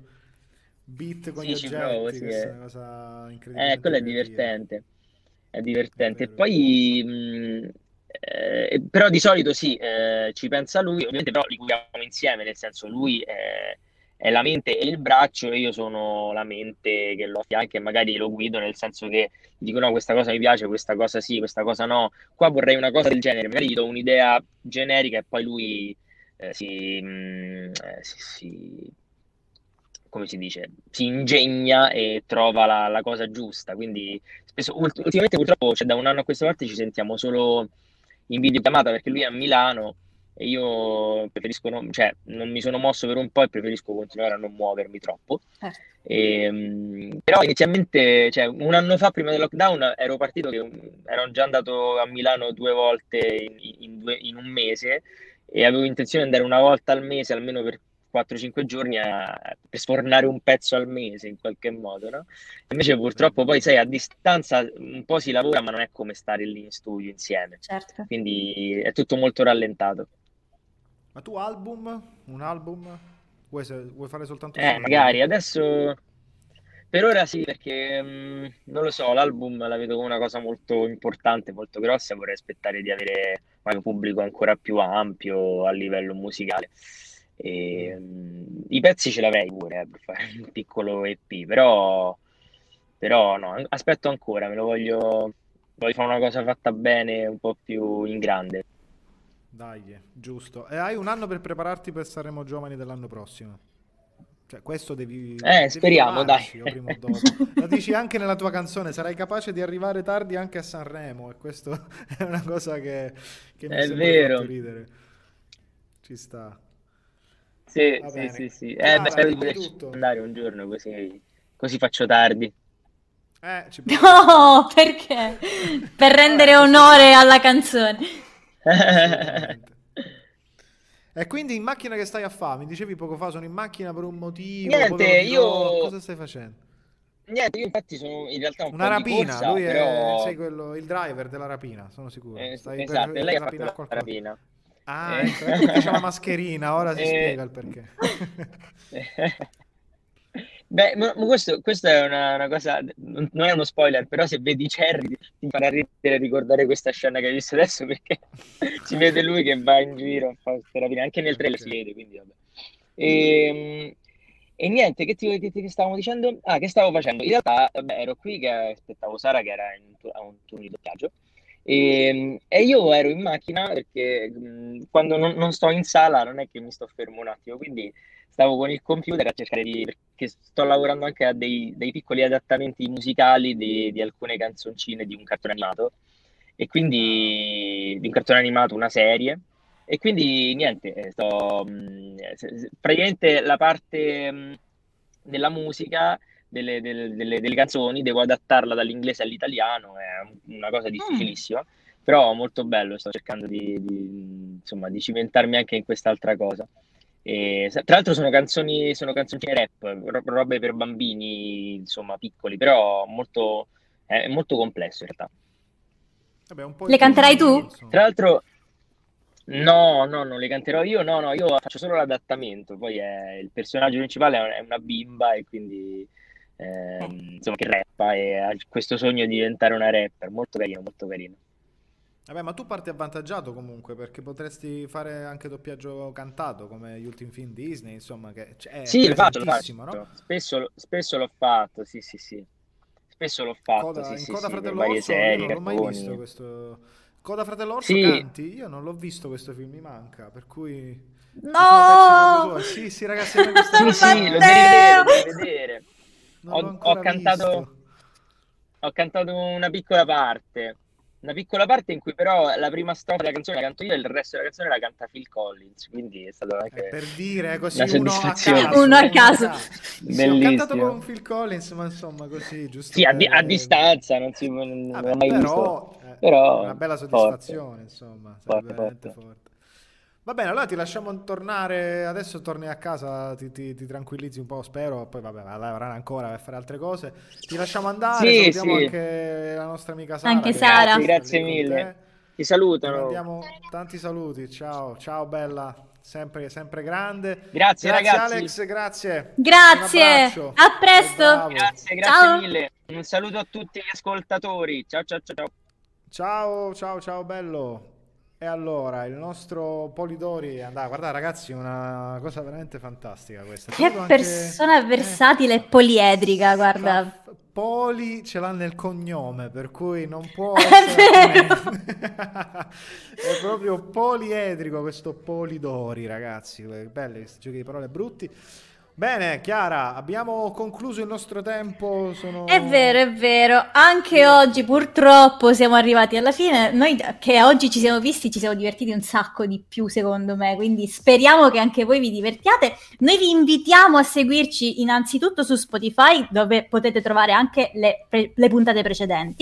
Speaker 3: beat con gli
Speaker 6: Sì, ci provo,
Speaker 3: oggetti,
Speaker 6: sì.
Speaker 3: questa è
Speaker 6: Eh,
Speaker 3: una cosa
Speaker 6: Eh,
Speaker 3: incredibilmente
Speaker 6: quello è
Speaker 3: creativa.
Speaker 6: divertente, è
Speaker 3: È
Speaker 6: divertente. E
Speaker 3: vero, è vero.
Speaker 6: poi, mh, eh, però di solito sì, eh, ci pensa lui, ovviamente però li curiamo insieme, nel senso lui è, è la mente e il braccio e io sono la mente che lo affianca e magari lo guido, nel senso che dico no, questa cosa mi piace, questa cosa sì, questa cosa no, qua vorrei una cosa del genere, magari gli do un'idea generica e poi lui eh, si, mh, eh, si, si- come si dice, si ingegna e trova la, la cosa giusta. Quindi spesso, ult- ultimamente purtroppo, cioè, da un anno a questa parte ci sentiamo solo in videochiamata perché lui è a Milano e io preferisco non, cioè, non mi sono mosso per un po' e preferisco continuare a non muovermi troppo.
Speaker 2: Eh.
Speaker 6: Ehm, però inizialmente, cioè, un anno fa, prima del lockdown, ero partito che um, ero già andato a Milano due volte in, in due- in un mese e avevo intenzione di andare una volta al mese, almeno per quattro cinque giorni, a- per sfornare un pezzo al mese in qualche modo, no? Invece purtroppo poi, sai, a distanza un po' si lavora, ma non è come stare lì in studio insieme.
Speaker 2: Certo.
Speaker 6: Quindi è tutto molto rallentato.
Speaker 3: Ma tu album? Un album? Vuoi, se- vuoi fare soltanto
Speaker 6: Eh,
Speaker 3: solo
Speaker 6: magari
Speaker 3: lui?
Speaker 6: adesso per ora sì, perché mh, non lo so, l'album la vedo come una cosa molto importante, molto grossa, e vorrei aspettare di avere magari un pubblico ancora più ampio a livello musicale. E,
Speaker 3: Mm.
Speaker 6: mh, i pezzi ce l'avrei pure, eh, per fare un piccolo E P, però, però no, an- aspetto ancora, me lo voglio, voglio fare una cosa fatta bene, un po' più in grande.
Speaker 3: Dai, giusto. E hai un anno per prepararti per Sanremo Giovani dell'anno prossimo. Cioè, questo devi,
Speaker 6: Eh,
Speaker 3: devi
Speaker 6: speriamo, dai.
Speaker 3: provarci, o prima o dopo. Lo dici anche nella tua canzone, sarai capace di arrivare tardi anche a Sanremo, e questo è una cosa che, che mi ha
Speaker 6: È
Speaker 3: sempre
Speaker 6: vero.
Speaker 3: fatto ridere. Ci sta.
Speaker 6: Sì,
Speaker 3: Va
Speaker 6: sì,
Speaker 3: bene.
Speaker 6: sì, sì. Eh, beh,
Speaker 3: Chiara,
Speaker 6: spero di
Speaker 3: dimmi
Speaker 6: poterci
Speaker 3: tutto.
Speaker 6: andare un giorno, così, così faccio tardi.
Speaker 3: Eh, ci potrebbe
Speaker 2: No, perché? Per rendere
Speaker 3: Vabbè, questo
Speaker 2: onore
Speaker 3: sì.
Speaker 2: alla canzone.
Speaker 3: Assolutamente. E quindi in macchina che stai a fare? Mi dicevi poco fa, sono in macchina per un motivo, poi
Speaker 6: Niente,
Speaker 3: ve lo dirò.
Speaker 6: io...
Speaker 3: Cosa stai facendo?
Speaker 6: Niente, io infatti sono in realtà un
Speaker 3: Una
Speaker 6: po' di
Speaker 3: rapina,
Speaker 6: corsa,
Speaker 3: lui è,
Speaker 6: però...
Speaker 3: sei quello, il driver della rapina, sono sicuro.
Speaker 6: eh,
Speaker 3: Stai
Speaker 6: esatto,
Speaker 3: per
Speaker 6: lei ha fatto
Speaker 3: rapinare
Speaker 6: la
Speaker 3: qualcosa.
Speaker 6: rapina.
Speaker 3: Ah,
Speaker 6: Eh,
Speaker 3: ecco, ecco perché c'è la mascherina, ora si
Speaker 6: eh,
Speaker 3: spiega il perché.
Speaker 6: Beh, ma ma questo, questo è una, una cosa, non non è uno spoiler, però se vedi Cherry ti farà ridere ricordare questa scena che hai visto adesso perché si vede lui che va in giro a fare queste rapine, anche nel trailer si
Speaker 3: Ok.
Speaker 6: vede, quindi vabbè. E, e niente, che, ti, che, ti- che stavamo dicendo? Ah, che stavo facendo? In realtà, vabbè, ero qui che aspettavo Sara che era in un tu- a un turno di doppiaggio e, e io ero in macchina perché mh, quando non, non sto in sala non è che mi sto fermo un attimo, quindi stavo con il computer a cercare di... perché sto lavorando anche a dei, dei piccoli adattamenti musicali di, di alcune canzoncine di un cartone animato e
Speaker 3: Ah,
Speaker 6: quindi di un cartone animato, una serie. E quindi niente, eh, sto, mh, se- se- praticamente la parte mh, della musica, delle, delle- delle- delle canzoni, devo adattarla dall'inglese all'italiano, è una cosa
Speaker 2: Mm.
Speaker 6: difficilissima, però molto bello, sto cercando di, di, insomma, di cimentarmi anche in quest'altra cosa. E, sa- tra l'altro sono canzoni, sono canzoncine rap, ro- robe per bambini, insomma, piccoli, però molto, è molto complesso in realtà.
Speaker 3: vabbè, un po'
Speaker 2: Le canterai
Speaker 3: impegnativo,
Speaker 2: tu?
Speaker 6: Tra
Speaker 3: insomma.
Speaker 6: l'altro, no, no, non le canterò io, no, no, io faccio solo l'adattamento, poi è- il personaggio principale è è una bimba e quindi eh,
Speaker 2: Eh.
Speaker 6: insomma, che rappa e ha questo sogno di diventare una rapper, molto carino, molto carino.
Speaker 3: Vabbè, ma tu parti avvantaggiato comunque, perché potresti fare anche doppiaggio cantato come gli ultimi film Disney, insomma, che è
Speaker 6: Sì, lo faccio, lo
Speaker 3: presentissimo,
Speaker 6: faccio.
Speaker 3: no?
Speaker 6: Spesso, spesso l'ho fatto, sì, sì, sì. Spesso l'ho fatto,
Speaker 3: Coda,
Speaker 6: sì,
Speaker 3: in
Speaker 6: sì,
Speaker 3: Coda
Speaker 6: sì, per
Speaker 3: Fratello
Speaker 6: varie
Speaker 3: Orso io
Speaker 6: serie,
Speaker 3: non l'ho mai
Speaker 6: cartoni.
Speaker 3: visto questo. Coda Fratello Orso
Speaker 6: Sì.
Speaker 3: canti? Io non l'ho visto questo film, mi manca, per cui mi sono
Speaker 2: No!
Speaker 3: perso proprio tu. Sì, sì, ragazzi, a me questa
Speaker 6: Sì,
Speaker 3: cosa
Speaker 6: sì, lo devi
Speaker 2: Matteo!
Speaker 6: vedere, lo devi vedere.
Speaker 3: non
Speaker 6: Ho,
Speaker 3: l'ho
Speaker 6: ho
Speaker 3: ancora
Speaker 6: cantato,
Speaker 3: visto.
Speaker 6: ho cantato una piccola parte, una piccola parte in cui però la prima strofa della canzone la canto io e il resto della canzone la canta Phil Collins, quindi è stato
Speaker 3: Eh,
Speaker 6: anche
Speaker 3: per dire così
Speaker 6: una
Speaker 3: uno a
Speaker 6: soddisfazione.
Speaker 3: caso,
Speaker 2: Uno a caso.
Speaker 3: Sì, ho cantato
Speaker 6: Bellissimo.
Speaker 3: con Phil Collins, ma insomma così, giusto
Speaker 6: Sì, a, di- a
Speaker 3: per-
Speaker 6: distanza, non si non
Speaker 3: Vabbè,
Speaker 6: l'ho mai
Speaker 3: però,
Speaker 6: visto.
Speaker 3: eh,
Speaker 6: Però
Speaker 3: una bella
Speaker 6: forte.
Speaker 3: soddisfazione, insomma, sarebbe
Speaker 6: Forte,
Speaker 3: veramente
Speaker 6: forte.
Speaker 3: forte. Va bene, allora ti lasciamo tornare, adesso torni a casa, ti, ti- ti tranquillizzi un po', spero, poi vabbè, avranno ancora a fare altre cose. Ti lasciamo andare,
Speaker 6: Sì,
Speaker 3: salutiamo
Speaker 6: sì.
Speaker 3: anche la nostra amica Sara.
Speaker 2: Anche
Speaker 3: che
Speaker 2: Sara.
Speaker 3: sta lì
Speaker 6: Grazie
Speaker 3: con
Speaker 6: mille.
Speaker 3: te.
Speaker 6: Ti
Speaker 3: Ti
Speaker 6: salutano.
Speaker 3: mandiamo tanti saluti, ciao, ciao bella, sempre, sempre grande.
Speaker 6: Grazie, ragazzi.
Speaker 3: Alex, grazie.
Speaker 2: Grazie,
Speaker 3: Un abbraccio.
Speaker 2: a presto.
Speaker 3: Sei bravo.
Speaker 6: Grazie, grazie
Speaker 2: Ciao.
Speaker 6: mille. Un saluto a tutti gli ascoltatori. Ciao, ciao, ciao, ciao.
Speaker 3: Ciao, ciao, ciao bello. E allora, il nostro Polidori è andato, guarda ragazzi, una cosa veramente fantastica questa.
Speaker 2: Che
Speaker 3: Credo anche-
Speaker 2: persona
Speaker 3: eh,
Speaker 2: versatile e poliedrica, guarda.
Speaker 3: fa- Poli ce l'ha nel cognome, per cui non può
Speaker 2: È
Speaker 3: essere
Speaker 2: vero.
Speaker 3: altrimenti. È proprio poliedrico questo Polidori, ragazzi. Belli questi giochi di parole brutti. Bene, Chiara, abbiamo concluso il nostro tempo. Sono...
Speaker 2: È vero, è vero. Anche oggi purtroppo siamo arrivati alla fine. Noi che oggi ci siamo visti ci siamo divertiti un sacco di più, secondo me, quindi speriamo che anche voi vi divertiate. Noi vi invitiamo a seguirci innanzitutto su Spotify, dove potete trovare anche le, pre- le puntate precedenti,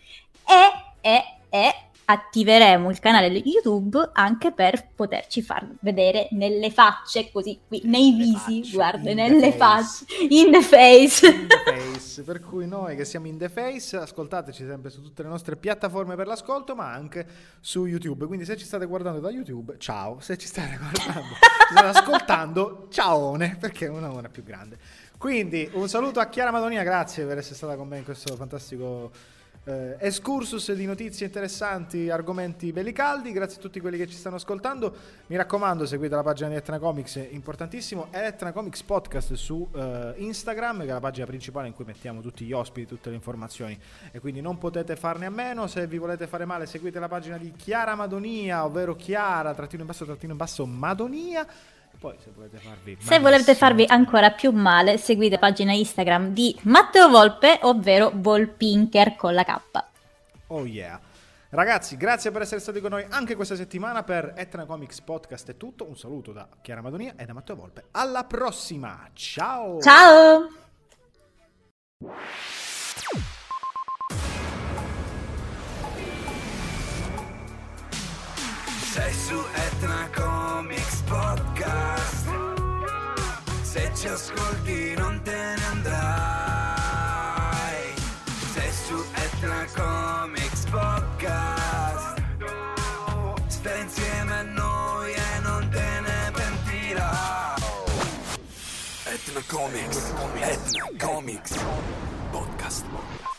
Speaker 2: e, e, e attiveremo il canale YouTube anche per poterci far vedere nelle facce, così qui, nei
Speaker 3: Nelle
Speaker 2: visi,
Speaker 3: facce,
Speaker 2: guarda,
Speaker 3: in
Speaker 2: nelle
Speaker 3: the
Speaker 2: facce,
Speaker 3: face.
Speaker 2: in the face.
Speaker 3: In the face, per cui noi che siamo in the face, ascoltateci sempre su tutte le nostre piattaforme per l'ascolto, ma anche su YouTube. Quindi se ci state guardando da YouTube, ciao, se ci state guardando, ci state ascoltando, ciaone, perché è una ora più grande. Quindi un saluto a Chiara Madonia, grazie per essere stata con me in questo fantastico eh, excursus di notizie interessanti, argomenti belli caldi. Grazie a tutti quelli che ci stanno ascoltando. Mi raccomando, seguite la pagina di Etna Comics, è importantissimo, Etna Comics Podcast su eh, Instagram, che è la pagina principale in cui mettiamo tutti gli ospiti, tutte le informazioni, e quindi non potete farne a meno. Se vi volete fare male, seguite la pagina di Chiara Madonia, ovvero Chiara trattino in basso trattino in basso Madonia. Poi se volete farvi
Speaker 2: Se volete farvi ancora più male, seguite la pagina Instagram di Matteo Volpe, ovvero Volpinker con la K.
Speaker 3: Oh yeah. Ragazzi, grazie per essere stati con noi anche questa settimana per Etna Comics Podcast. È tutto. Un saluto da Chiara Madonia e da Matteo Volpe. Alla prossima. Ciao.
Speaker 2: Ciao!
Speaker 1: Sei su Etna Comics Podcast. Se ci ascolti non te ne andrai. Sei su Etna Comics Podcast. Stai insieme a noi e non te ne pentirai. Etna Comics, Etna Comics Podcast.